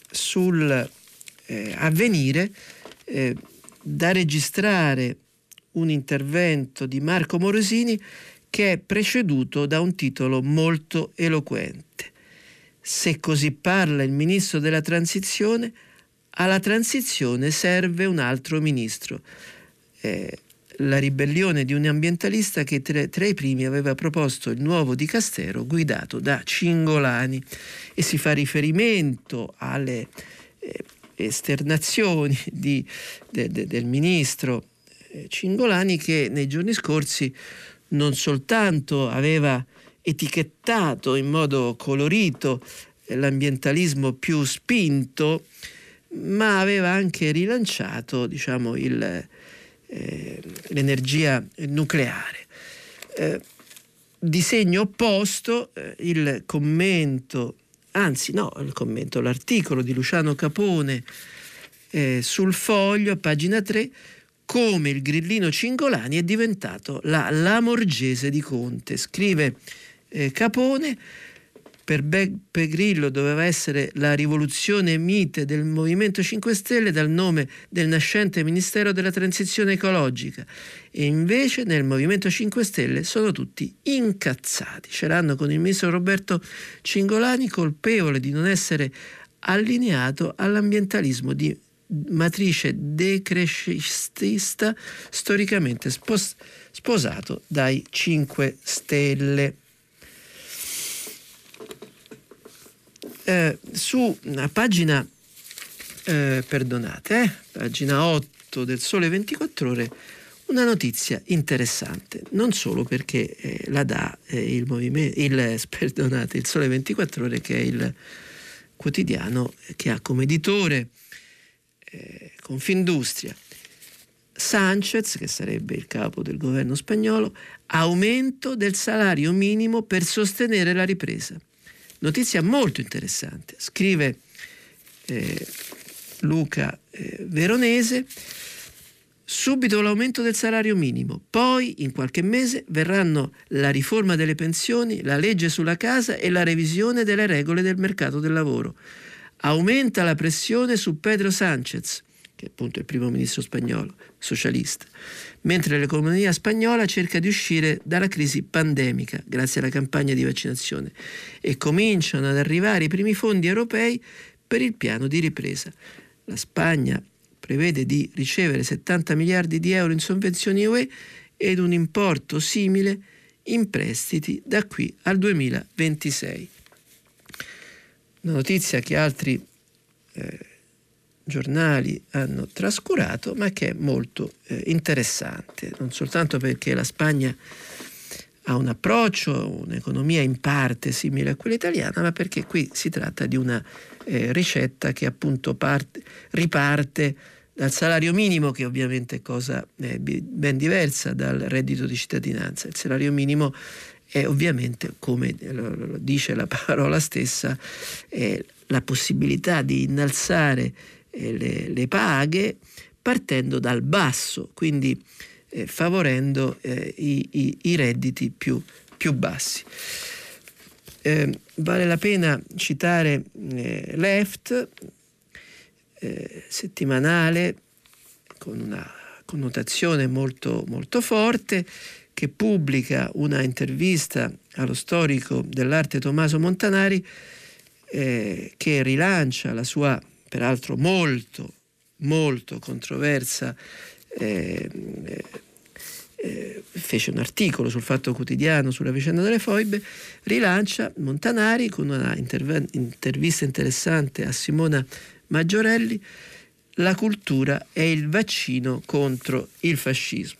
sul eh, Avvenire eh, da registrare un intervento di Marco Morosini che è preceduto da un titolo molto eloquente. Se così parla il ministro della transizione, alla transizione serve un altro ministro. Eh, la ribellione di un ambientalista che tra, tra i primi aveva proposto il nuovo dicastero guidato da Cingolani, e si fa riferimento alle eh, esternazioni di, de, de, del ministro eh, Cingolani, che nei giorni scorsi non soltanto aveva etichettato in modo colorito eh, l'ambientalismo più spinto, ma aveva anche rilanciato, diciamo, il Eh, l'energia nucleare. Eh, di segno opposto eh, il commento, anzi no, il commento, l'articolo di Luciano Capone eh, sul Foglio, a pagina tre, come il grillino Cingolani è diventato la Lamorgese di Conte. Scrive eh, Capone: per Beppe Grillo doveva essere la rivoluzione mite del Movimento cinque Stelle dal nome del nascente Ministero della Transizione Ecologica, e invece nel Movimento cinque Stelle sono tutti incazzati. Ce l'hanno con il ministro Roberto Cingolani, colpevole di non essere allineato all'ambientalismo di matrice decrescentista storicamente spos- sposato dai cinque Stelle. Eh, su una pagina eh, perdonate eh, pagina otto del Sole ventiquattro Ore, una notizia interessante, non solo perché eh, la dà eh, il movimento il perdonate il Sole ventiquattro Ore, che è il quotidiano che ha come editore eh, Confindustria, Sánchez, che sarebbe il capo del governo spagnolo, aumento del salario minimo per sostenere la ripresa. Notizia molto interessante. Scrive eh, Luca eh, Veronese: subito l'aumento del salario minimo, poi in qualche mese verranno la riforma delle pensioni, la legge sulla casa e la revisione delle regole del mercato del lavoro. Aumenta la pressione su Pedro Sánchez, che è appunto il primo ministro spagnolo, socialista, mentre l'economia spagnola cerca di uscire dalla crisi pandemica grazie alla campagna di vaccinazione e cominciano ad arrivare i primi fondi europei per il piano di ripresa. La Spagna prevede di ricevere settanta miliardi di euro in sovvenzioni U E ed un importo simile in prestiti da qui al duemilaventisei. Una notizia che altri eh, giornali hanno trascurato, ma che è molto eh, interessante, non soltanto perché la Spagna ha un approccio, un'economia in parte simile a quella italiana, ma perché qui si tratta di una eh, ricetta che appunto parte, riparte dal salario minimo, che ovviamente è cosa eh, ben diversa dal reddito di cittadinanza. Il salario minimo è ovviamente, come lo, lo dice la parola stessa, eh, la possibilità di innalzare eh, le, le paghe partendo dal basso, quindi eh, favorendo eh, i, i, i redditi più, più bassi. Eh, vale la pena citare eh, Left, eh, settimanale con una connotazione molto, molto forte, che pubblica una intervista allo storico dell'arte Tommaso Montanari, eh, che rilancia la sua, peraltro molto, molto controversa, eh, eh, fece un articolo sul Fatto Quotidiano sulla vicenda delle foibe, rilancia Montanari con una interv- intervista interessante a Simona Maggiorelli: la cultura è il vaccino contro il fascismo.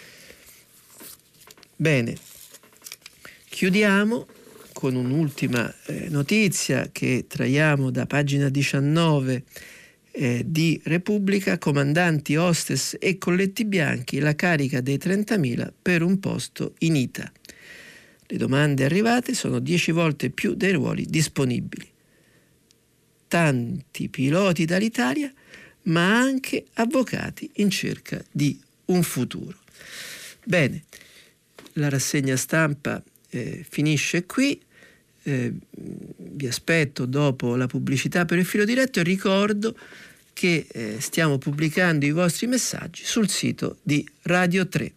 Bene, chiudiamo con un'ultima eh, notizia che traiamo da pagina diciannove eh, di Repubblica: comandanti, hostess e colletti bianchi, la carica dei trentamila per un posto in I T A. Le domande arrivate sono dieci volte più dei ruoli disponibili. Tanti piloti dall'Italia, ma anche avvocati in cerca di un futuro. Bene, la rassegna stampa eh, finisce qui. Eh, vi aspetto dopo la pubblicità per il filo diretto e ricordo che eh, stiamo pubblicando i vostri messaggi sul sito di Radio tre.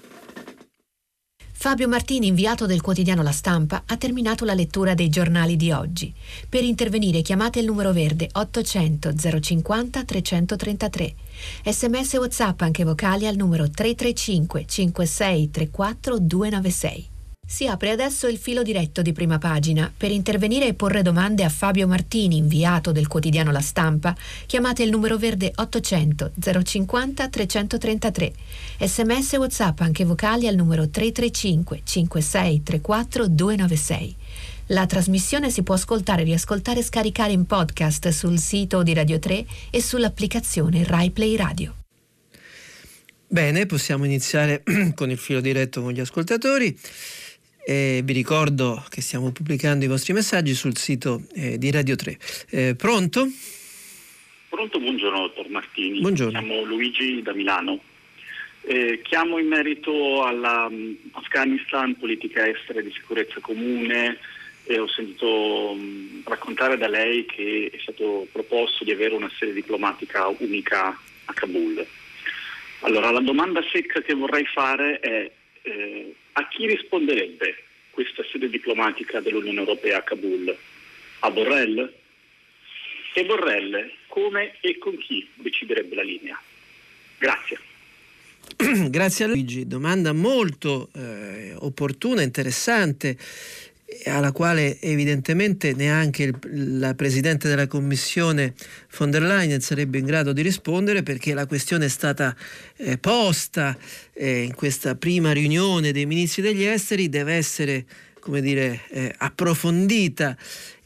Fabio Martini, inviato del quotidiano La Stampa, ha terminato la lettura dei giornali di oggi. Per intervenire chiamate il numero verde ottocento zero cinquanta trecentotrentatré. Sms e WhatsApp anche vocali al numero tre tre cinque cinque sei tre quattro due nove sei. Si apre adesso il filo diretto di Prima Pagina. Per intervenire e porre domande a Fabio Martini, inviato del quotidiano La Stampa, chiamate il numero verde ottocento zero cinquanta trecentotrentatré. Sms e WhatsApp anche vocali al numero tre tre cinque cinque sei tre quattro due nove sei. La trasmissione si può ascoltare, riascoltare e scaricare in podcast sul sito di Radio tre e sull'applicazione Rai Play Radio. Bene, possiamo iniziare con il filo diretto con gli ascoltatori. Eh, vi ricordo che stiamo pubblicando i vostri messaggi sul sito eh, di Radio tre. Eh, pronto? Pronto, buongiorno dottor Martini. Buongiorno. Chiamo Luigi da Milano. Eh, chiamo in merito all'Afghanistan, politica estera e di sicurezza comune. Eh, ho sentito mh, raccontare da lei che è stato proposto di avere una sede diplomatica unica a Kabul. Allora, la domanda secca che vorrei fare è eh, a chi risponderebbe questa sede diplomatica dell'Unione Europea a Kabul? A Borrell? E Borrell come e con chi deciderebbe la linea? Grazie. Grazie a Luigi, domanda molto eh, opportuna, interessante, alla quale evidentemente neanche il, la Presidente della Commissione von der Leyen sarebbe in grado di rispondere, perché la questione è stata eh, posta eh, in questa prima riunione dei ministri degli esteri, deve essere, come dire, eh, approfondita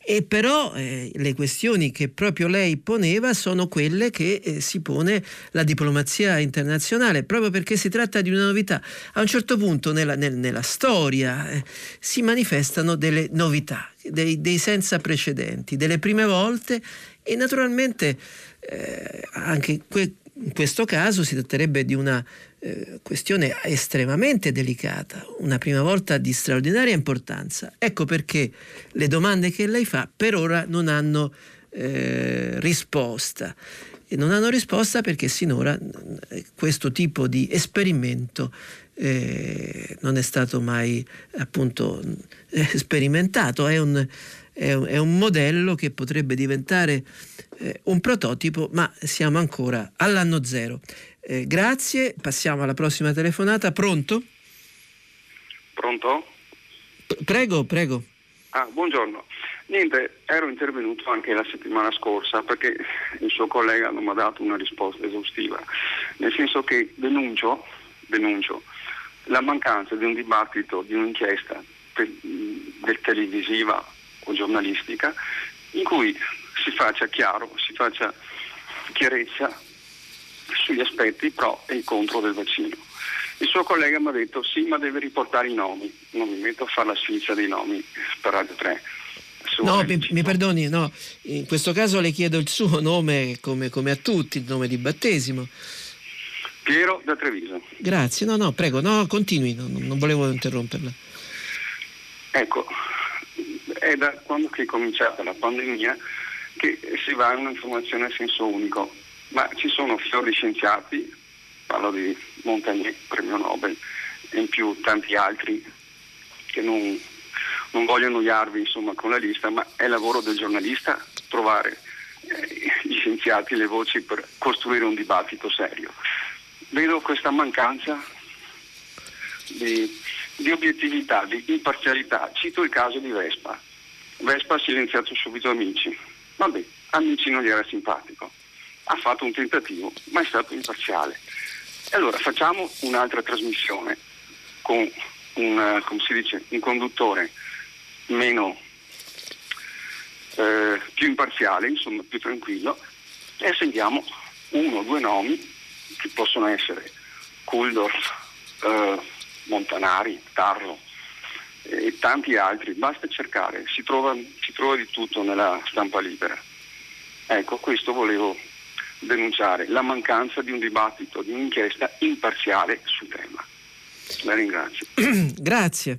E però eh, le questioni che proprio lei poneva sono quelle che eh, si pone la diplomazia internazionale, proprio perché si tratta di una novità. A un certo punto nella, nel, nella storia eh, si manifestano delle novità, dei, dei senza precedenti, delle prime volte, e naturalmente eh, anche que- in questo caso si tratterebbe di una eh, questione estremamente delicata, una prima volta di straordinaria importanza. Ecco perché le domande che lei fa per ora non hanno eh, risposta. E non hanno risposta perché sinora questo tipo di esperimento eh, non è stato mai appunto eh, sperimentato. È un, è, un, è un modello che potrebbe diventare eh, un prototipo, ma siamo ancora all'anno zero. Eh, grazie, passiamo alla prossima telefonata. Pronto? Pronto? P- prego, prego. Ah, buongiorno. Niente, ero intervenuto anche la settimana scorsa perché il suo collega non mi ha dato una risposta esaustiva, nel senso che denuncio, denuncio la mancanza di un dibattito, di un'inchiesta te- del televisiva o giornalistica in cui si faccia chiaro, si faccia chiarezza sugli aspetti pro e contro del vaccino. Il suo collega mi ha detto sì, ma deve riportare i nomi. Non mi metto a fare la sfilza dei nomi per Radio tre. No, mi, mi perdoni, no, in questo caso le chiedo il suo nome come, come a tutti, il nome di battesimo. Piero da Treviso. Grazie, no, no, prego, no, continui, no, non volevo interromperla. Ecco, è da quando che è cominciata la pandemia che si va a un'informazione a senso unico, ma ci sono fiori scienziati, parlo di Montagnier, premio Nobel, e in più tanti altri che non... non voglio annoiarvi insomma con la lista, ma è lavoro del giornalista trovare eh, gli scienziati, le voci per costruire un dibattito serio. Vedo questa mancanza di, di obiettività, di imparzialità. Cito il caso di Vespa. Vespa ha silenziato subito Amici. Vabbè, Amici non gli era simpatico. Ha fatto un tentativo, ma è stato imparziale. E allora facciamo un'altra trasmissione con un, come si dice, un conduttore meno eh, più imparziale, insomma più tranquillo, e sentiamo uno o due nomi che possono essere Kuldorf, eh, Montanari, Tarlo e tanti altri. Basta cercare, si trova, si trova di tutto nella stampa libera. Ecco, questo volevo denunciare, la mancanza di un dibattito, di un'inchiesta imparziale sul tema. La ringrazio. Grazie.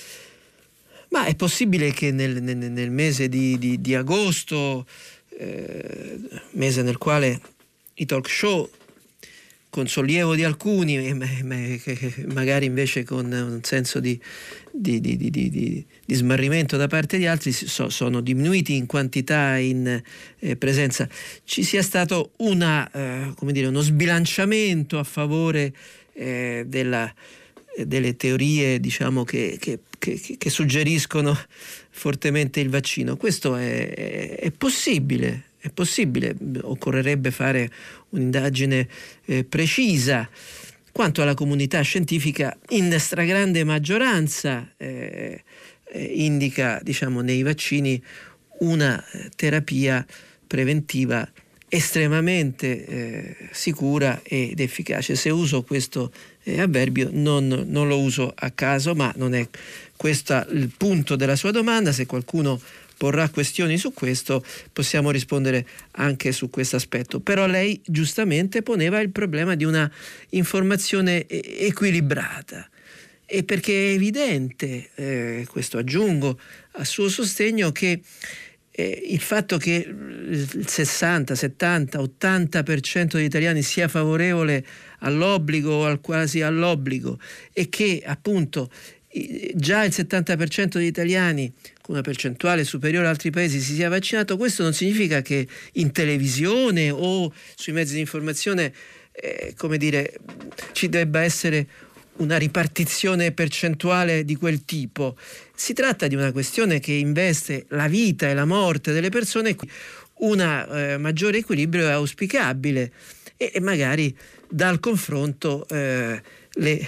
Ma è possibile che nel, nel, nel mese di, di, di agosto, eh, mese nel quale i talk show, con sollievo di alcuni, ma, ma, magari invece con un senso di, di, di, di, di, di smarrimento da parte di altri, so, sono diminuiti in quantità, in eh, presenza, ci sia stato una, eh, come dire, uno sbilanciamento a favore eh, della delle teorie, diciamo, che, che, che, che suggeriscono fortemente il vaccino. Questo è, è, è possibile, è possibile, occorrerebbe fare un'indagine eh, precisa. Quanto alla comunità scientifica, in stragrande maggioranza eh, eh, indica, diciamo, nei vaccini una terapia preventiva estremamente eh, sicura ed efficace. Se uso questo eh, avverbio non, non lo uso a caso, ma non è questo il punto della sua domanda. Se qualcuno porrà questioni su questo, possiamo rispondere anche su questo aspetto. Però lei giustamente poneva il problema di una informazione equilibrata, e perché è evidente, eh, questo aggiungo a suo sostegno, che Eh, il fatto che il sessanta, settanta, ottanta per cento degli italiani sia favorevole all'obbligo o al quasi all'obbligo, e che appunto già il settanta per cento degli italiani con una percentuale superiore ad altri paesi si sia vaccinato, questo non significa che in televisione o sui mezzi di informazione eh, come dire, ci debba essere una ripartizione percentuale di quel tipo. Si tratta di una questione che investe la vita e la morte delle persone. Un eh, maggiore equilibrio è auspicabile, e, e magari dal confronto eh, le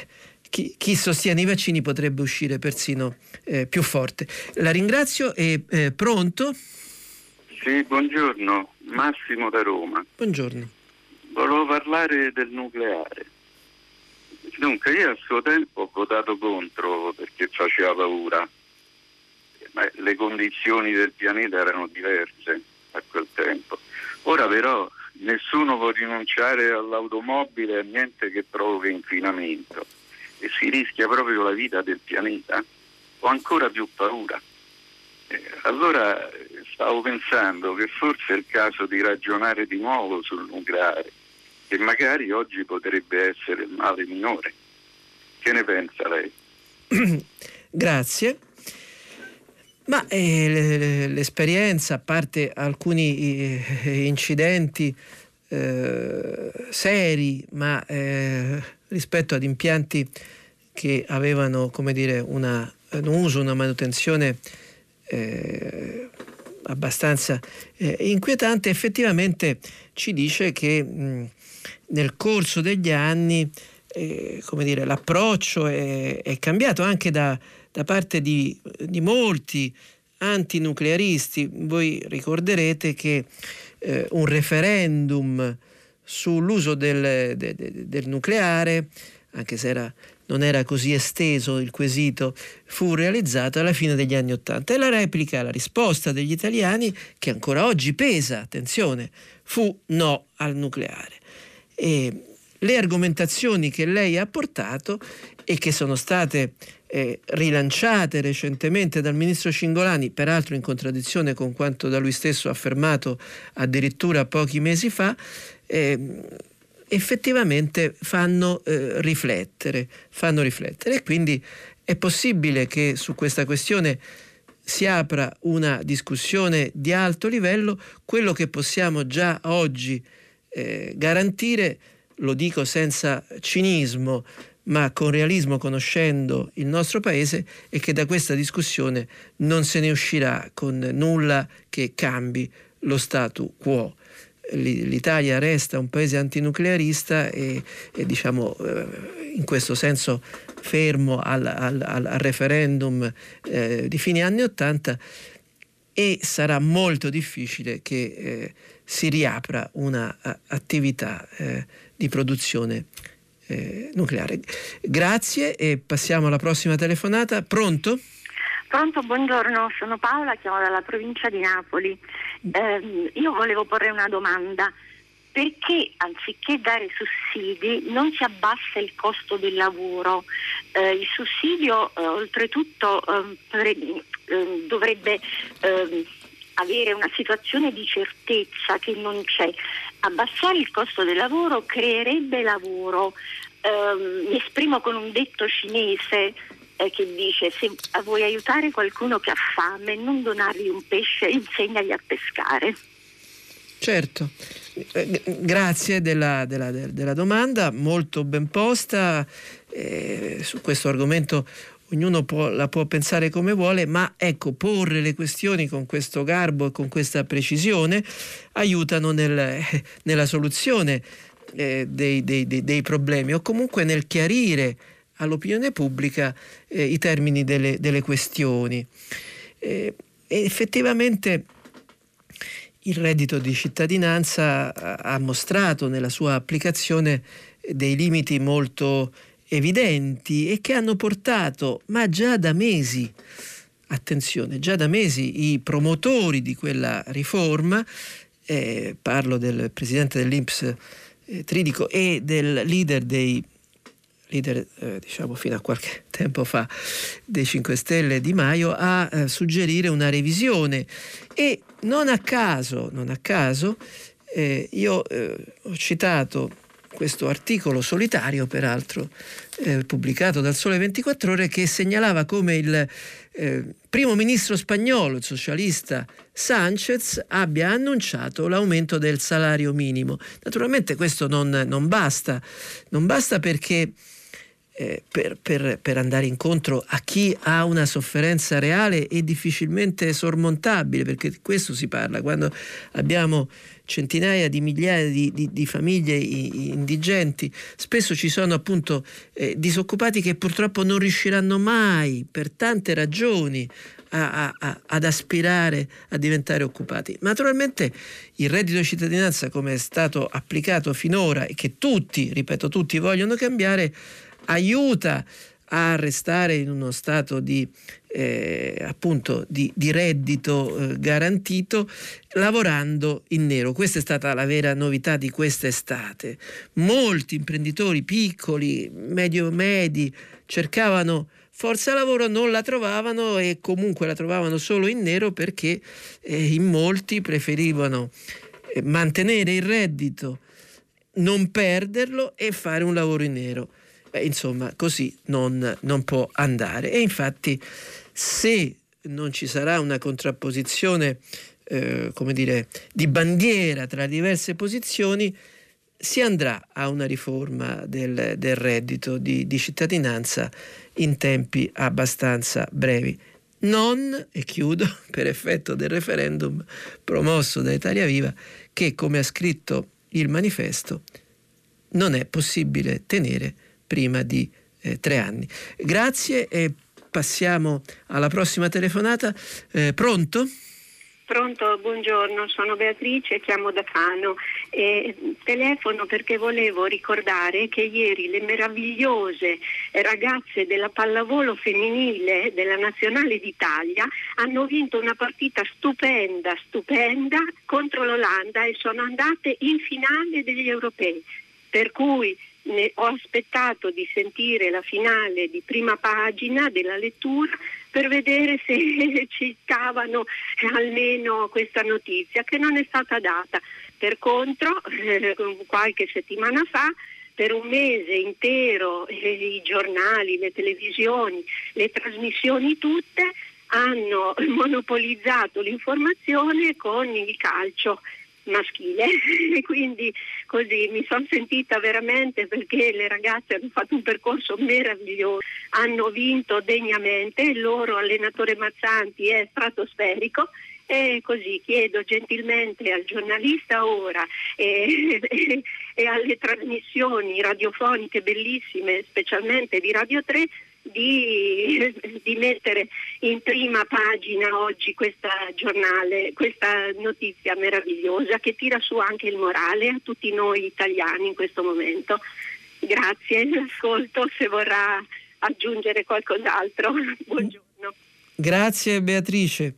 chi, chi sostiene i vaccini potrebbe uscire persino eh, più forte. La ringrazio. E eh, pronto? Sì, buongiorno, Massimo da Roma. Buongiorno. Volevo parlare del nucleare. Dunque, io a suo tempo ho votato contro perché faceva paura, ma le condizioni del pianeta erano diverse a quel tempo. Ora però nessuno può rinunciare all'automobile, a niente che provochi inquinamento, e si rischia proprio la vita del pianeta. Ho ancora più paura. Eh, allora stavo pensando che forse è il caso di ragionare di nuovo sul nucleare, che magari oggi potrebbe essere il male minore. Che ne pensa lei? Grazie. Ma eh, l'esperienza, a parte alcuni eh, incidenti eh, seri, ma eh, rispetto ad impianti che avevano, come dire, una, un uso, una manutenzione eh, abbastanza eh, inquietante, effettivamente ci dice che mh, nel corso degli anni eh, come dire, l'approccio è, è cambiato anche da, da parte di, di molti antinuclearisti. Voi ricorderete che eh, un referendum sull'uso del, de, de, del nucleare, anche se era, non era così esteso il quesito, fu realizzato alla fine degli anni Ottanta, e la replica, la risposta degli italiani, che ancora oggi pesa, attenzione, fu no al nucleare. E le argomentazioni che lei ha portato e che sono state eh, rilanciate recentemente dal ministro Cingolani, peraltro in contraddizione con quanto da lui stesso affermato addirittura pochi mesi fa, eh, effettivamente fanno eh, riflettere, fanno riflettere e quindi è possibile che su questa questione si apra una discussione di alto livello. Quello che possiamo già oggi eh, garantire, lo dico senza cinismo ma con realismo, conoscendo il nostro paese, è che da questa discussione non se ne uscirà con nulla che cambi lo statu quo. L'Italia resta un paese antinuclearista e, e diciamo in questo senso fermo al, al, al referendum eh, di fine anni Ottanta, e sarà molto difficile che eh, si riapra una attività eh, di produzione eh, nucleare. Grazie, e passiamo alla prossima telefonata. Pronto? Pronto, buongiorno, sono Paola, chiamo dalla provincia di Napoli. Eh, io volevo porre una domanda: perché anziché dare sussidi non si abbassa il costo del lavoro? Eh, il sussidio eh, oltretutto eh, pre- eh, dovrebbe eh, avere una situazione di certezza che non c'è. Abbassare il costo del lavoro creerebbe lavoro. Eh, mi esprimo con un detto cinese che dice: se vuoi aiutare qualcuno che ha fame, non donargli un pesce, insegnagli a pescare. Certo, eh, grazie della, della, della domanda, molto ben posta. Eh, su questo argomento ognuno può, la può pensare come vuole, ma ecco, porre le questioni con questo garbo e con questa precisione aiutano nel, nella soluzione eh, dei, dei, dei, dei problemi, o comunque nel chiarire all'opinione pubblica eh, i termini delle, delle questioni. Eh, e effettivamente il reddito di cittadinanza ha, ha mostrato nella sua applicazione dei limiti molto evidenti e che hanno portato, ma già da mesi, attenzione, già da mesi i promotori di quella riforma, eh, parlo del presidente dell'I N P S eh, Tridico e del leader dei leader eh, diciamo fino a qualche tempo fa dei cinque Stelle Di Maio, a eh, suggerire una revisione. E non a caso, non a caso eh, io eh, ho citato questo articolo solitario, peraltro eh, pubblicato dal Sole ventiquattro Ore, che segnalava come il eh, primo ministro spagnolo, il socialista Sánchez, abbia annunciato l'aumento del salario minimo. Naturalmente questo non, non basta, non basta perché eh, per, per, per andare incontro a chi ha una sofferenza reale e difficilmente sormontabile, perché di questo si parla. Quando abbiamo centinaia di migliaia di, di, di famiglie indigenti, spesso ci sono appunto eh, disoccupati che purtroppo non riusciranno mai, per tante ragioni, a, a, ad aspirare a diventare occupati. Naturalmente il reddito di cittadinanza, come è stato applicato finora e che tutti, ripeto, tutti vogliono cambiare, aiuta a restare in uno stato di eh, appunto di, di reddito eh, garantito, lavorando in nero. Questa è stata la vera novità di quest'estate. Molti imprenditori piccoli, medio-medi, cercavano forza lavoro, non la trovavano e comunque la trovavano solo in nero, perché eh, in molti preferivano eh, mantenere il reddito, non perderlo e fare un lavoro in nero. Eh, insomma, così non, non può andare. E infatti, se non ci sarà una contrapposizione, eh, come dire, di bandiera tra diverse posizioni, si andrà a una riforma del, del reddito di, di cittadinanza in tempi abbastanza brevi. Non, e chiudo, per effetto del referendum promosso da Italia Viva, che, come ha scritto il manifesto, non è possibile tenere prima di eh, tre anni. Grazie e passiamo alla prossima telefonata. Eh, pronto? Pronto, buongiorno, sono Beatrice, chiamo da Fano e telefono perché volevo ricordare che ieri le meravigliose ragazze della pallavolo femminile della Nazionale d'Italia hanno vinto una partita stupenda, stupenda contro l'Olanda e sono andate in finale degli europei, per cui ne ho aspettato di sentire la finale di prima pagina della lettura per vedere se citavano almeno questa notizia, che non è stata data. Per contro, eh, qualche settimana fa, per un mese intero eh, i giornali, le televisioni, le trasmissioni tutte hanno monopolizzato l'informazione con il calcio maschile, quindi così mi sono sentita veramente, perché le ragazze hanno fatto un percorso meraviglioso, hanno vinto degnamente, il loro allenatore Mazzanti è stratosferico, e così chiedo gentilmente al giornalista ora e, e, e alle trasmissioni radiofoniche bellissime, specialmente di Radio tre, Di, di mettere in prima pagina oggi questa giornale, questa notizia meravigliosa che tira su anche il morale a tutti noi italiani in questo momento. Grazie, ascolto se vorrà aggiungere qualcos'altro. Buongiorno. Grazie Beatrice.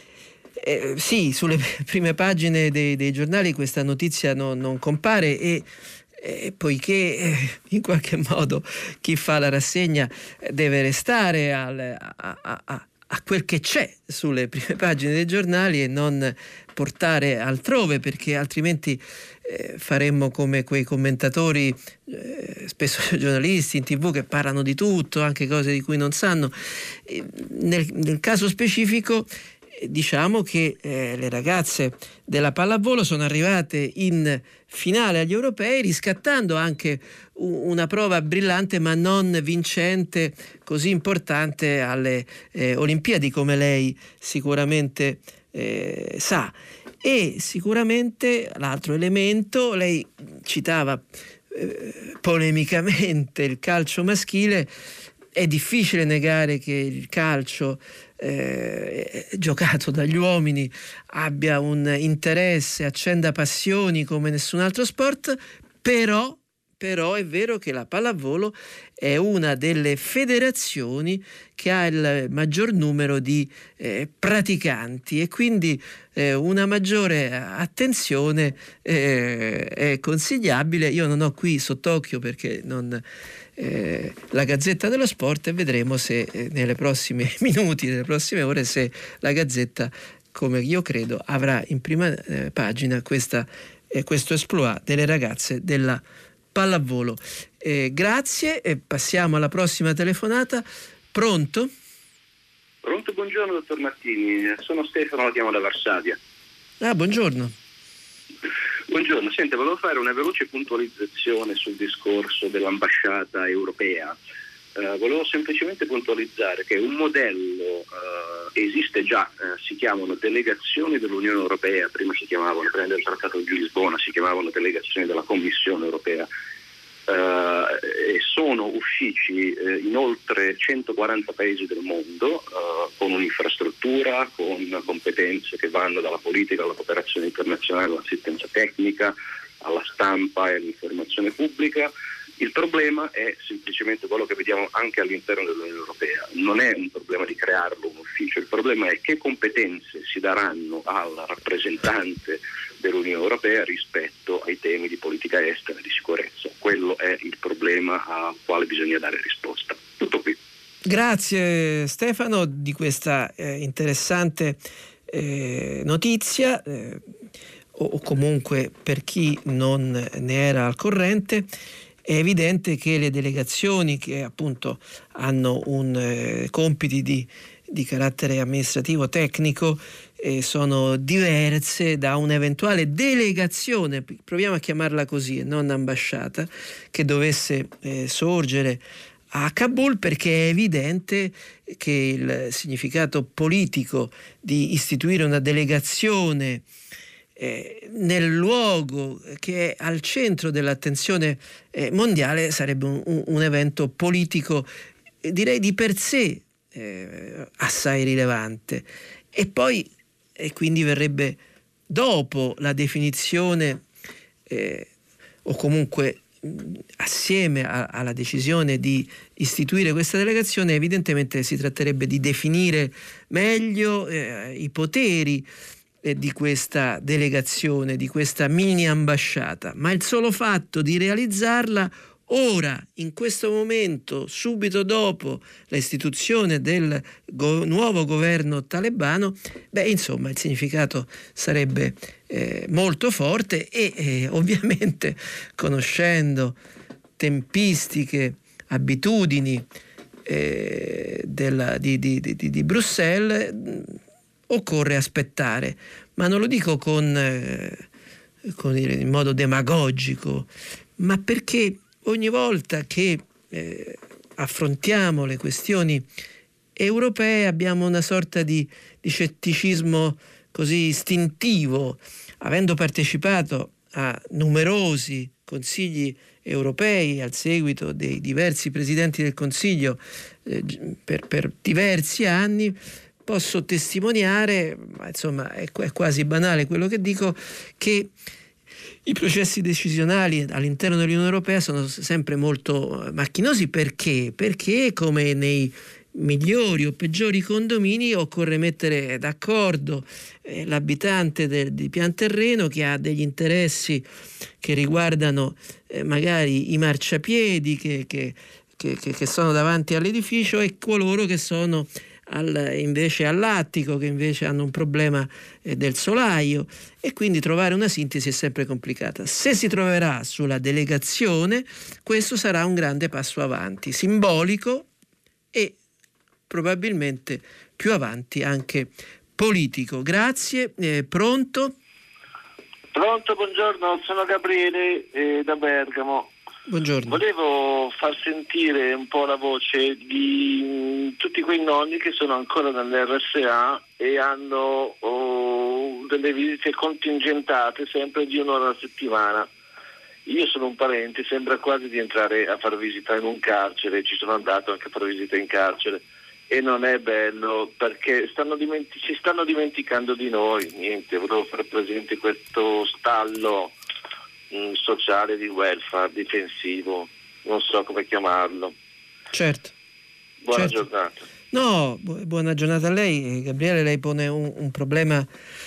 Eh, sì, sulle prime pagine dei, dei giornali questa notizia non, non compare e Eh, poiché eh, in qualche modo chi fa la rassegna deve restare al, a, a, a quel che c'è sulle prime pagine dei giornali e non portare altrove, perché altrimenti eh, faremmo come quei commentatori, eh, spesso giornalisti in tv, che parlano di tutto, anche cose di cui non sanno. Eh, nel, nel caso specifico diciamo che eh, le ragazze della pallavolo sono arrivate in finale agli europei, riscattando anche u- una prova brillante ma non vincente, così importante alle eh, Olimpiadi, come lei sicuramente eh, sa. E sicuramente l'altro elemento, lei citava eh, polemicamente il calcio maschile. È difficile negare che il calcio eh, giocato dagli uomini abbia un interesse, accenda passioni come nessun altro sport, però, però è vero che la pallavolo è una delle federazioni che ha il maggior numero di eh, praticanti e quindi eh, una maggiore attenzione eh, è consigliabile. Io non ho qui sott'occhio perché non... Eh, la Gazzetta dello Sport, e vedremo se eh, nelle prossime minuti, nelle prossime ore, se la Gazzetta, come io credo, avrà in prima eh, pagina questa, eh, questo exploit delle ragazze della pallavolo. Eh, grazie e passiamo alla prossima telefonata. Pronto? Pronto, buongiorno dottor Martini, sono Stefano, la chiamo da Varsavia. Ah, buongiorno. Buongiorno, senta, volevo fare una veloce puntualizzazione sul discorso dell'ambasciata europea. Uh, volevo semplicemente puntualizzare che un modello uh, esiste già, uh, si chiamano delegazioni dell'Unione Europea, prima si chiamavano, prima del Trattato di Lisbona, si chiamavano delegazioni della Commissione Europea, uh, e sono uffici uh, in oltre centoquaranta paesi del mondo, uh, con un'infrastruttura, con competenze che vanno dalla politica alla cooperazione internazionale, all'assistenza tecnica, alla stampa e all'informazione pubblica. Il problema è semplicemente quello che vediamo anche all'interno dell'Unione Europea. Non è un problema di crearlo un ufficio, il problema è che competenze si daranno al rappresentante dell'Unione Europea rispetto ai temi di politica estera e di sicurezza. Quello è il problema al quale bisogna dare risposta. Tutto qui. Grazie Stefano di questa eh, interessante eh, notizia, eh, o, o comunque per chi non ne era al corrente. È evidente che le delegazioni che appunto hanno un eh, compiti di, di carattere amministrativo tecnico eh, sono diverse da un'eventuale delegazione, proviamo a chiamarla così e non ambasciata, che dovesse eh, sorgere a Kabul, perché è evidente che il significato politico di istituire una delegazione Eh, nel luogo che è al centro dell'attenzione eh, mondiale sarebbe un, un evento politico, eh, direi di per sé eh, assai rilevante, e poi e quindi verrebbe dopo la definizione eh, o comunque mh, assieme a, alla decisione di istituire questa delegazione. Evidentemente si tratterebbe di definire meglio eh, i poteri di questa delegazione, di questa mini ambasciata, ma il solo fatto di realizzarla ora, in questo momento, subito dopo l'istituzione del go- nuovo governo talebano, beh, insomma, il significato sarebbe eh, molto forte e eh, ovviamente, conoscendo tempistiche, abitudini eh, della, di, di, di, di Bruxelles, occorre aspettare, ma non lo dico con, eh, con dire, in modo demagogico, ma perché ogni volta che eh, affrontiamo le questioni europee abbiamo una sorta di, di scetticismo così istintivo, avendo partecipato a numerosi consigli europei al seguito dei diversi presidenti del Consiglio eh, per, per diversi anni. Posso testimoniare, ma insomma è, è quasi banale quello che dico, che i processi decisionali all'interno dell'Unione Europea sono sempre molto macchinosi. Perché? Perché come nei migliori o peggiori condomini occorre mettere d'accordo eh, l'abitante del, di pian terreno che ha degli interessi che riguardano eh, magari i marciapiedi che, che, che, che sono davanti all'edificio e coloro che sono Al, invece all'attico, che invece hanno un problema eh, del solaio, e quindi trovare una sintesi è sempre complicata. Se si troverà sulla delegazione, questo sarà un grande passo avanti, simbolico e probabilmente più avanti anche politico. Grazie. Eh, pronto? Pronto, buongiorno, sono Gabriele eh, da Bergamo. Buongiorno. Volevo far sentire un po' la voce di mh, tutti quei nonni che sono ancora nell'R S A e hanno oh, delle visite contingentate sempre di un'ora alla settimana. Io sono un parente, sembra quasi di entrare a far visita in un carcere, ci sono andato anche a fare visita in carcere e non è bello perché stanno dimenti- si stanno dimenticando di noi. Niente, volevo far presente questo stallo sociale di welfare difensivo, non so come chiamarlo. Certo. Buona certo. giornata. No, bu- buona giornata a lei. Gabriele, lei pone un, un problema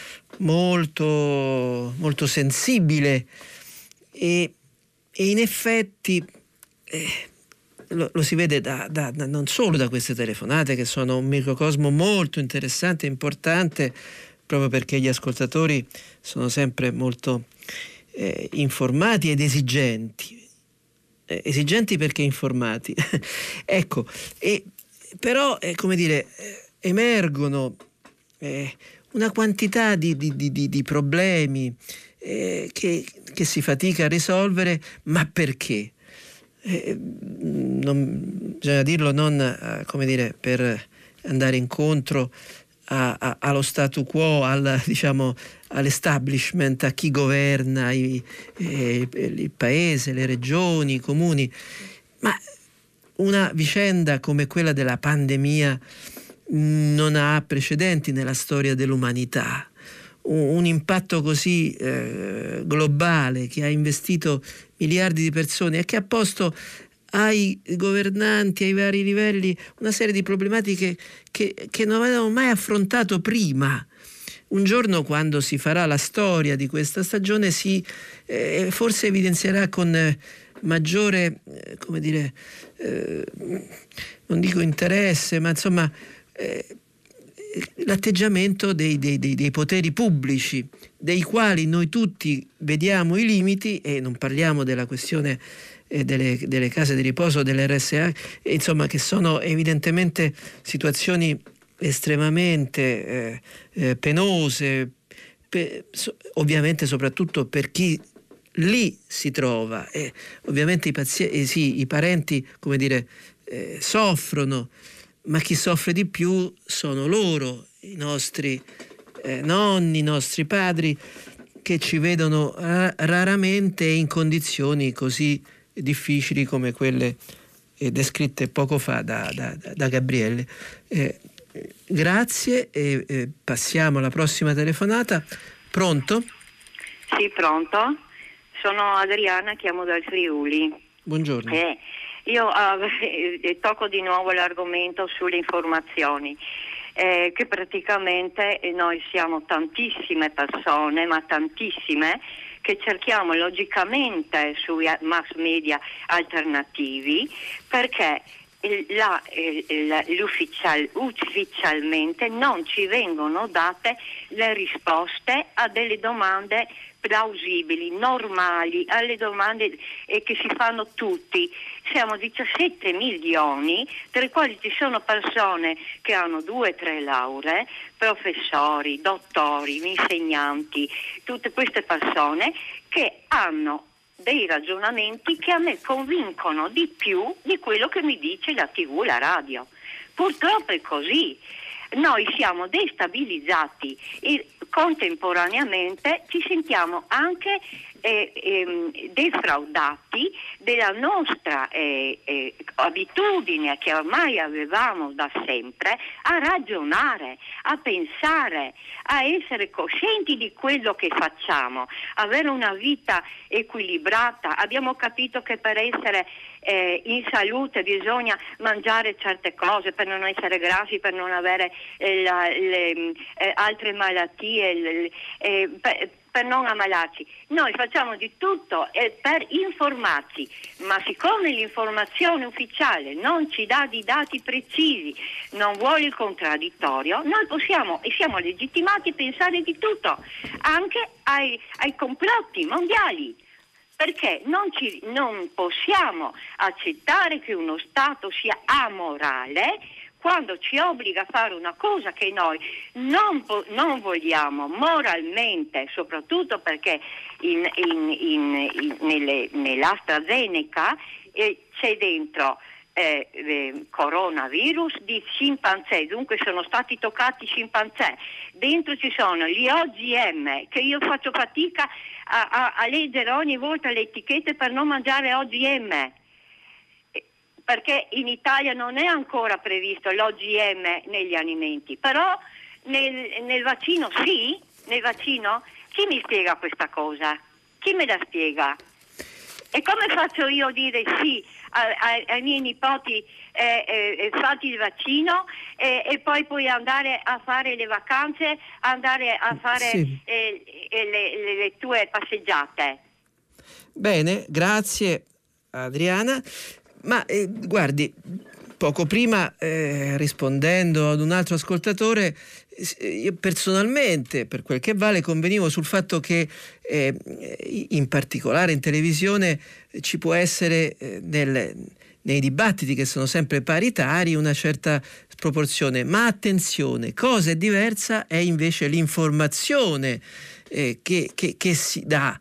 molto, molto sensibile e, e in effetti eh, lo, lo si vede da, da, da, non solo da queste telefonate, che sono un microcosmo molto interessante e importante, proprio perché gli ascoltatori sono sempre molto Eh, informati ed esigenti, eh, esigenti perché informati. Ecco, e però eh, come dire, eh, emergono eh, una quantità di, di, di, di problemi eh, che, che si fatica a risolvere, ma perché? Eh, non, bisogna dirlo non eh, come dire, per andare incontro a, a, allo statu quo, al, diciamo, all'establishment, a chi governa i, eh, il paese, le regioni, i comuni, ma una vicenda come quella della pandemia non ha precedenti nella storia dell'umanità. Un, un impatto così eh, globale, che ha investito miliardi di persone e che ha posto ai governanti, ai vari livelli, una serie di problematiche che, che non avevamo mai affrontato prima. Un giorno, quando si farà la storia di questa stagione, si eh, forse evidenzierà con eh, maggiore, eh, come dire, eh, non dico interesse, ma insomma eh, l'atteggiamento dei, dei, dei, dei poteri pubblici, dei quali noi tutti vediamo i limiti, e non parliamo della questione Delle, delle case di riposo, dell'R S A, insomma, che sono evidentemente situazioni estremamente eh, eh, penose, pe, so, ovviamente soprattutto per chi lì si trova, e ovviamente i, pazienti, eh, sì, i parenti, come dire, eh, soffrono, ma chi soffre di più sono loro, i nostri eh, nonni, i nostri padri, che ci vedono ra- raramente in condizioni così difficili come quelle eh, descritte poco fa da, da, da Gabriele. Eh, grazie e eh, passiamo alla prossima telefonata. Pronto? Sì, pronto. Sono Adriana, chiamo dal Friuli. Buongiorno. Eh, io eh, tocco di nuovo l'argomento sulle informazioni. Eh, che praticamente noi siamo tantissime persone, ma tantissime, che cerchiamo logicamente sui mass media alternativi, perché la, la, l'ufficial, ufficialmente non ci vengono date le risposte a delle domande plausibili, normali, alle domande eh, che si fanno tutti. Siamo diciassette milioni, tra i quali ci sono persone che hanno due o tre lauree, professori, dottori, insegnanti, tutte queste persone che hanno dei ragionamenti che a me convincono di più di quello che mi dice la tivù, la radio. Purtroppo è così. Noi siamo destabilizzati e contemporaneamente ci sentiamo anche eh, eh, defraudati della nostra eh, eh, abitudine che ormai avevamo da sempre a ragionare, a pensare, a essere coscienti di quello che facciamo, avere una vita equilibrata. Abbiamo capito che per essere eh, in salute bisogna mangiare certe cose per non essere grassi, per non avere eh, la, le, eh, altre malattie, le, eh, per, per non ammalarci. Noi facciamo di tutto eh, per informarci, ma siccome l'informazione ufficiale non ci dà di dati precisi, non vuole il contraddittorio, noi possiamo e siamo legittimati a pensare di tutto, anche ai, ai complotti mondiali. Perché non, ci, non possiamo accettare che uno Stato sia amorale quando ci obbliga a fare una cosa che noi non, non vogliamo moralmente, soprattutto perché in, in, in, in, nelle, nell'AstraZeneca eh, c'è dentro eh, eh, coronavirus di scimpanzé, dunque sono stati toccati scimpanzé. Dentro ci sono gli O G M, che io faccio fatica a, a, a leggere ogni volta le etichette per non mangiare O G M, perché in Italia non è ancora previsto l'O G M negli alimenti, però nel, nel vaccino sì, nel vaccino. Chi mi spiega questa cosa? Chi me la spiega? E come faccio io a dire sì a, a, ai miei nipoti eh, eh, fatti il vaccino eh, e poi puoi andare a fare le vacanze, andare a fare sì. eh, le, le, le tue passeggiate? Bene, grazie Adriana. Ma eh, guardi, poco prima eh, rispondendo ad un altro ascoltatore, eh, io personalmente, per quel che vale, convenivo sul fatto che eh, in particolare in televisione ci può essere eh, nel, nei dibattiti, che sono sempre paritari, una certa sproporzione. Ma attenzione, cosa è diversa è invece l'informazione eh, che, che, che si dà.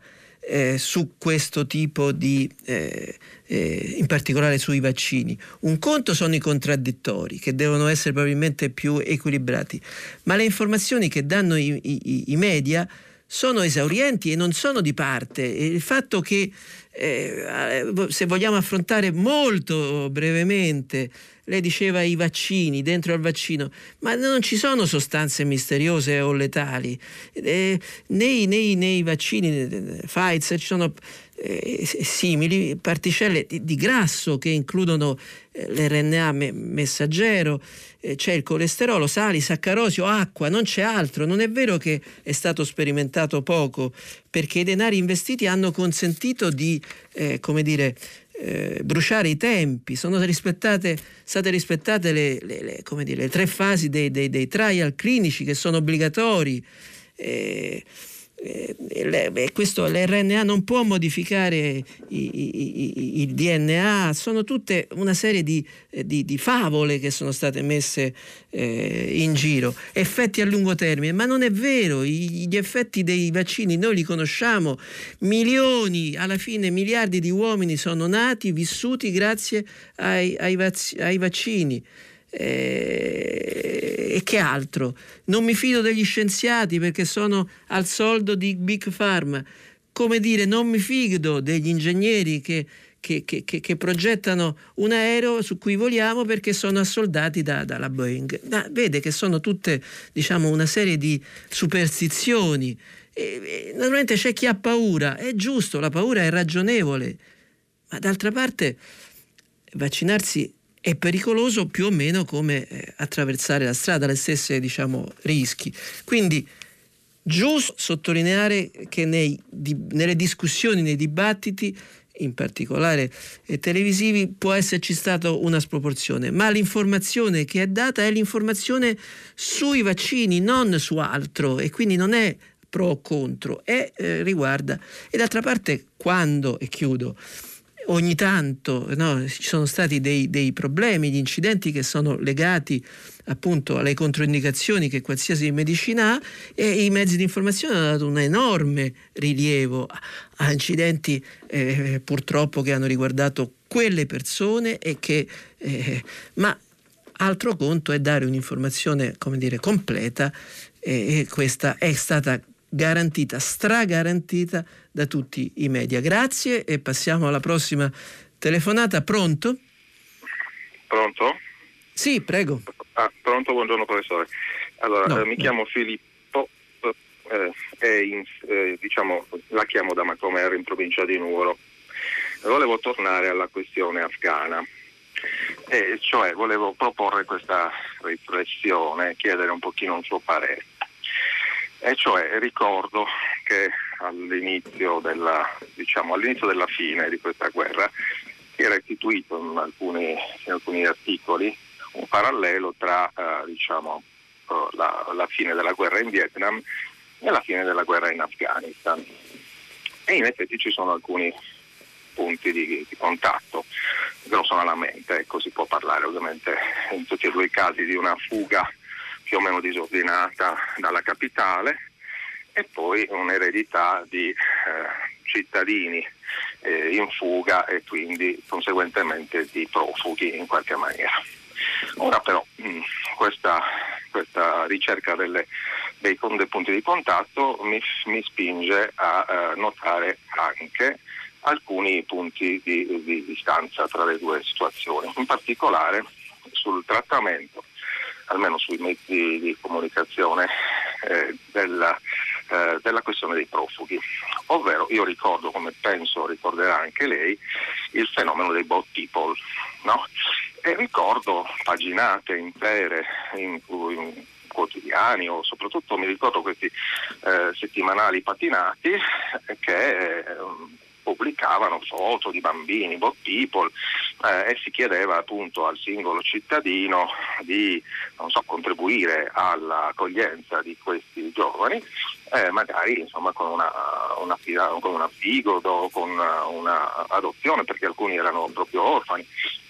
eh, su questo tipo di, eh, eh, in particolare sui vaccini. Un conto sono i contraddittori, che devono essere probabilmente più equilibrati, ma le informazioni che danno i, i, i media sono esaurienti e non sono di parte. E il fatto che, eh, se vogliamo affrontare molto brevemente, lei diceva i vaccini, dentro al vaccino, ma non ci sono sostanze misteriose o letali. Eh, nei, nei, nei vaccini Pfizer ci sono eh, simili particelle di, di grasso che includono eh, l'R N A me- messaggero, eh, c'è il colesterolo, sali, saccarosio, acqua, non c'è altro. Non è vero che è stato sperimentato poco, perché i denari investiti hanno consentito di, eh, come dire, Eh, bruciare i tempi. Sono rispettate, state rispettate le, le, le, come dire, le tre fasi dei, dei, dei trial clinici che sono obbligatori. Eh, eh, questo l'R N A non può modificare i, i, i, il D N A, sono tutte una serie di, di, di favole che sono state messe eh, in giro, effetti a lungo termine, ma non è vero. I, gli effetti dei vaccini noi li conosciamo, milioni, alla fine miliardi di uomini sono nati, vissuti grazie ai, ai, vaz, ai vaccini. E che altro? Non mi fido degli scienziati perché sono al soldo di Big Pharma. Come dire, non mi fido degli ingegneri che, che, che, che progettano un aereo su cui voliamo perché sono assoldati da, dalla Boeing. Da, vede che sono tutte, diciamo, una serie di superstizioni. E, e, naturalmente c'è chi ha paura, è giusto, la paura è ragionevole, ma d'altra parte vaccinarsi è pericoloso più o meno come eh, attraversare la strada, le stesse, diciamo, rischi. Quindi giusto sottolineare che nei, di, nelle discussioni, nei dibattiti, in particolare eh, televisivi, può esserci stata una sproporzione, ma l'informazione che è data è l'informazione sui vaccini, non su altro, e quindi non è pro o contro, è, eh, riguarda. E d'altra parte, quando, e chiudo, ogni tanto, no, ci sono stati dei, dei problemi, gli incidenti che sono legati appunto alle controindicazioni che qualsiasi medicina ha, e i mezzi di informazione hanno dato un enorme rilievo a incidenti eh, purtroppo che hanno riguardato quelle persone e che eh, ma altro conto è dare un'informazione, come dire, completa, e, e questa è stata garantita, stragarantita da tutti i media. Grazie e passiamo alla prossima telefonata. Pronto? Pronto? Sì, prego. Ah, pronto, buongiorno professore. Allora, no, eh, mi no. chiamo Filippo, eh, e in, eh, diciamo, la chiamo da Macomer in provincia di Nuoro. Volevo tornare alla questione afghana, e cioè volevo proporre questa riflessione, chiedere un pochino un suo parere. E cioè ricordo che all'inizio della, diciamo, all'inizio della fine di questa guerra era istituito in alcuni, in alcuni articoli un parallelo tra eh, diciamo, la, la fine della guerra in Vietnam e la fine della guerra in Afghanistan. E in effetti ci sono alcuni punti di, di contatto, grossolanamente, ecco, si può parlare ovviamente in tutti e due i casi di una fuga più o meno disordinata dalla capitale e poi un'eredità di eh, cittadini eh, in fuga e quindi conseguentemente di profughi in qualche maniera. Ora però mh, questa, questa ricerca delle, dei, dei punti di contatto mi, mi spinge a eh, notare anche alcuni punti di, di distanza tra le due situazioni, in particolare sul trattamento, almeno sui mezzi di comunicazione, eh, della, eh, della questione dei profughi. Ovvero, io ricordo, come penso ricorderà anche lei, il fenomeno dei boat people, no? E ricordo paginate intere in, in quotidiani, o soprattutto mi ricordo questi eh, settimanali patinati che eh, pubblicavano foto di bambini, boat people, eh, e si chiedeva appunto al singolo cittadino di, non so, contribuire all'accoglienza di questi giovani, eh, magari insomma con una, una, con un affigodo, con una, una adozione, perché alcuni erano proprio orfani.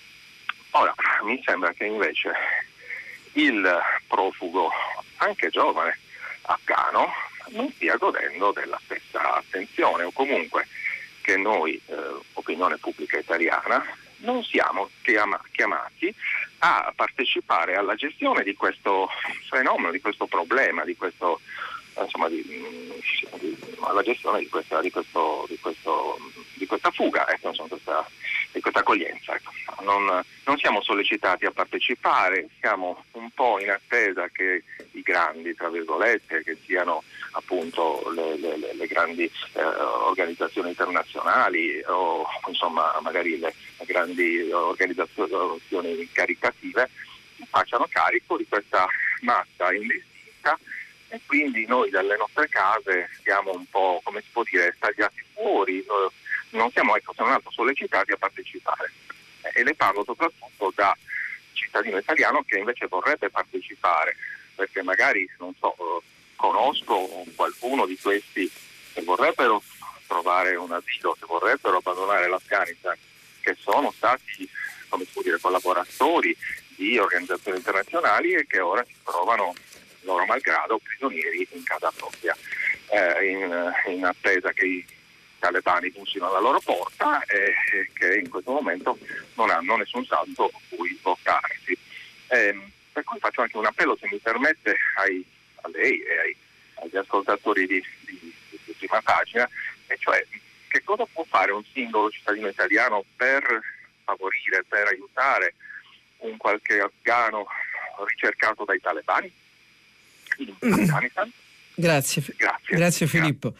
Ora, mi sembra che invece il profugo, anche giovane, afghano, non stia godendo della stessa attenzione, o comunque che noi, eh, opinione pubblica italiana, non siamo chiama, chiamati a partecipare alla gestione di questo fenomeno, di questo problema, di questo insomma di, di, alla gestione di questa di questo di questo di questa fuga, ecco, insomma, questa, di questa accoglienza. Ecco. Non, non siamo sollecitati a partecipare, siamo un po' in attesa che i grandi, tra virgolette, che siano appunto le, le, le grandi eh, organizzazioni internazionali o insomma magari le, le grandi organizzazioni caritative facciano carico di questa massa indistinta, e quindi noi dalle nostre case siamo un po', come si può dire, tagliati fuori, non siamo, ecco, se non altro, sollecitati a partecipare. E le parlo soprattutto da cittadino italiano che invece vorrebbe partecipare, perché magari, non so, conosco qualcuno di questi che vorrebbero trovare un asilo, che vorrebbero abbandonare l'Afghanistan, che sono stati, come si può dire, collaboratori di organizzazioni internazionali e che ora si trovano loro malgrado prigionieri in casa propria, eh, in, in attesa che i talebani bussino alla loro porta e, e che in questo momento non hanno nessun santo su cui votarsi. Eh, per cui faccio anche un appello, se mi permette, ai, a lei e ai, agli ascoltatori di, di, di Prima Pagina, e cioè che cosa può fare un singolo cittadino italiano per favorire, per aiutare un qualche afghano ricercato dai talebani in Afghanistan? Grazie, grazie, grazie Filippo.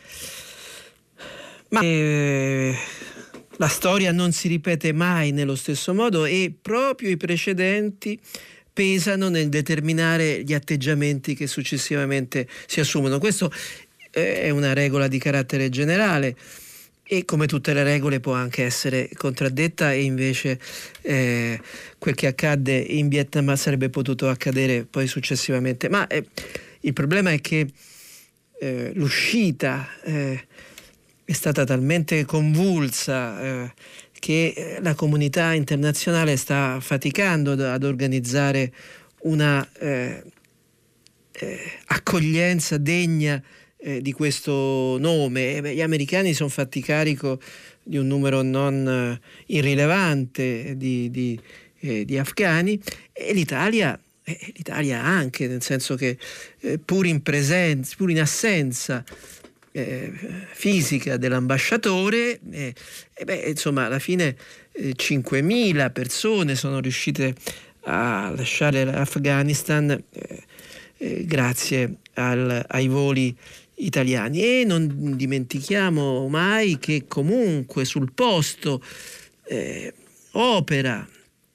Ma eh, la storia non si ripete mai nello stesso modo e proprio i precedenti pesano nel determinare gli atteggiamenti che successivamente si assumono. Questo eh, è una regola di carattere generale e come tutte le regole può anche essere contraddetta, e invece eh, quel che accadde in Vietnam sarebbe potuto accadere poi successivamente. Ma eh, il problema è che eh, l'uscita eh, è stata talmente convulsa eh, che la comunità internazionale sta faticando ad organizzare una eh, eh, accoglienza degna eh, di questo nome. Gli americani sono fatti carico di un numero non eh, irrilevante di, di, eh, di afghani, e l'Italia Eh, l'Italia anche, nel senso che eh, pur in presenza, pur in assenza eh, fisica dell'ambasciatore, eh, eh, beh, insomma, alla fine eh, cinquemila persone sono riuscite a lasciare l'Afghanistan eh, eh, grazie al, ai voli italiani. E non dimentichiamo mai che comunque sul posto eh, opera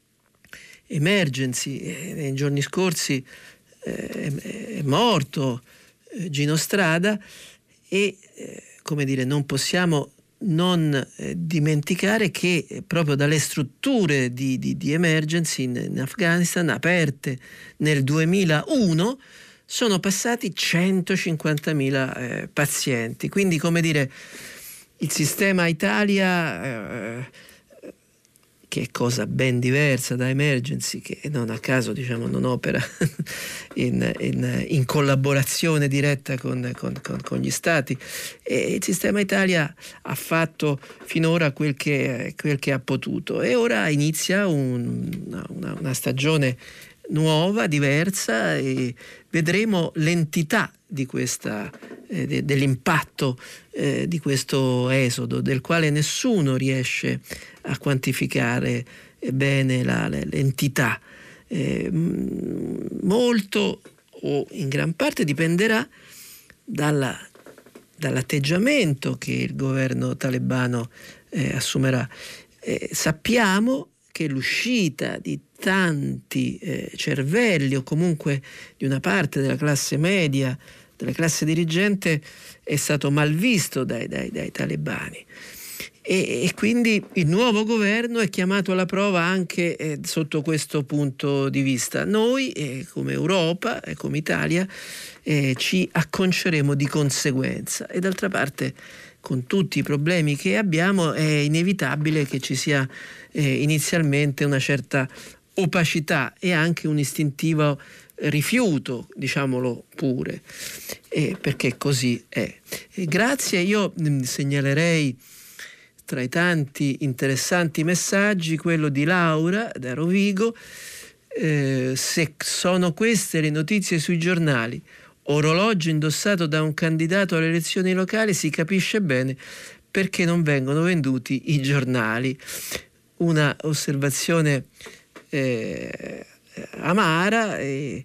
Emergency. Nei giorni scorsi eh, è morto eh, Gino Strada e eh, come dire, non possiamo non eh, dimenticare che eh, proprio dalle strutture di, di, di Emergency in, in Afghanistan aperte nel duemilauno sono passati centocinquantamila eh, pazienti. Quindi, come dire, il sistema Italia eh, che è cosa ben diversa da Emergency, che non a caso, diciamo, non opera in, in, in collaborazione diretta con, con, con, con gli stati. E il sistema Italia ha fatto finora quel che, quel che ha potuto, e ora inizia un, una, una stagione nuova, diversa, e vedremo l'entità di questa, eh, de, dell'impatto eh, di questo esodo, del quale nessuno riesce a quantificare bene la, l'entità. Eh, molto o in gran parte dipenderà dalla, dall'atteggiamento che il governo talebano eh, assumerà. Eh, sappiamo che l'uscita di tanti eh, cervelli, o comunque di una parte della classe media, della classe dirigente, è stato mal visto dai, dai, dai talebani. E, e quindi il nuovo governo è chiamato alla prova anche eh, sotto questo punto di vista. Noi, eh, come Europa e come Italia, eh, ci acconceremo di conseguenza, e d'altra parte, con tutti i problemi che abbiamo, è inevitabile che ci sia eh, inizialmente una certa opacità e anche un istintivo rifiuto, diciamolo pure, eh, perché così è. E grazie, io mh, segnalerei tra i tanti interessanti messaggi quello di Laura da Rovigo. Eh, se sono queste le notizie sui giornali, orologio indossato da un candidato alle elezioni locali, si capisce bene perché non vengono venduti i giornali. Una osservazione eh, amara, e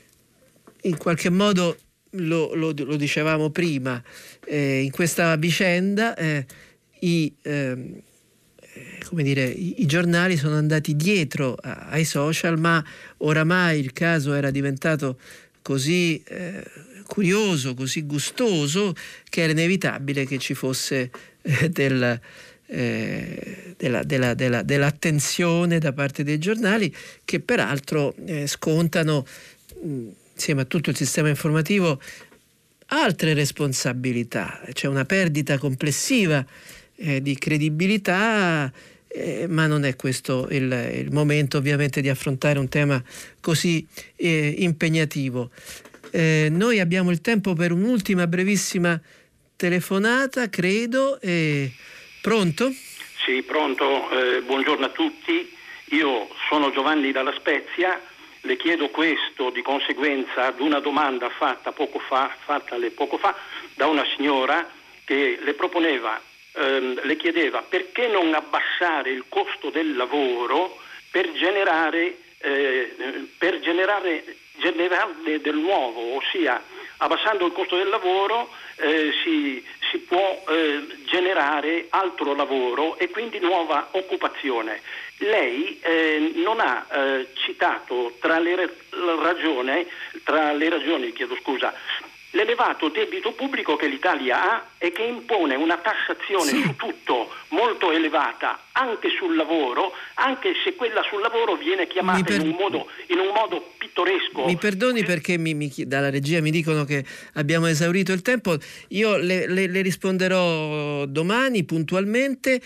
in qualche modo lo, lo, lo dicevamo prima, eh, in questa vicenda eh, i, eh, come dire, i, i giornali sono andati dietro a, ai social, ma oramai il caso era diventato così eh, curioso, così gustoso, che era inevitabile che ci fosse eh, del, eh, della, della, della, dell'attenzione da parte dei giornali, che peraltro eh, scontano mh, insieme a tutto il sistema informativo altre responsabilità. C'è una perdita complessiva eh, di credibilità, eh, ma non è questo il, il momento ovviamente di affrontare un tema così eh, impegnativo. Eh, noi abbiamo il tempo per un'ultima brevissima telefonata, credo. Eh, pronto? Sì, pronto. Eh, buongiorno a tutti. Io sono Giovanni dalla Spezia. Le chiedo questo di conseguenza ad una domanda fatta poco fa, fatta poco fa da una signora che le proponeva, ehm, le chiedeva perché non abbassare il costo del lavoro per generare, eh, per generare, generare del nuovo, ossia abbassando il costo del lavoro eh, si, si può eh, generare altro lavoro e quindi nuova occupazione. Lei eh, non ha eh, citato tra le ragioni, tra le ragioni, chiedo scusa, l'elevato debito pubblico che l'Italia ha e che impone una tassazione sì. su tutto molto elevata, anche sul lavoro, anche se quella sul lavoro viene chiamata per... in, un modo, in un modo pittoresco. Mi perdoni perché mi, mi, dalla regia mi dicono che abbiamo esaurito il tempo. Io le, le, le risponderò domani puntualmente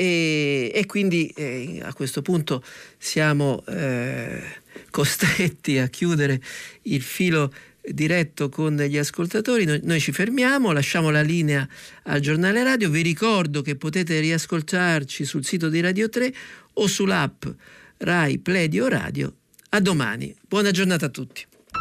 e, e quindi eh, a questo punto siamo eh, costretti a chiudere il filo diretto con gli ascoltatori. Noi, noi ci fermiamo, lasciamo la linea al giornale radio. Vi ricordo che potete riascoltarci sul sito di Radio tre o sull'app Rai Play o Radio. A domani, buona giornata a tutti.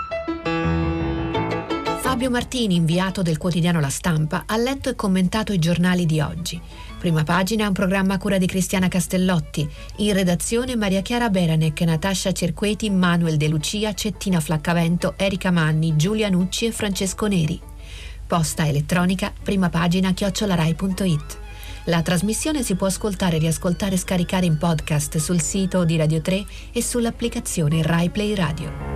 Fabio Martini, inviato del quotidiano La Stampa, ha letto e commentato i giornali di oggi. Prima Pagina è un programma a cura di Cristiana Castellotti. In redazione Maria Chiara Beranec, Natascia Cerqueti, Manuel De Lucia, Cettina Flaccavento, Erika Manni, Giulia Nucci e Francesco Neri. Posta elettronica primapagina chiocciola rai punto it. La trasmissione si può ascoltare, riascoltare e scaricare in podcast sul sito di Radio tre e sull'applicazione Rai Play Radio.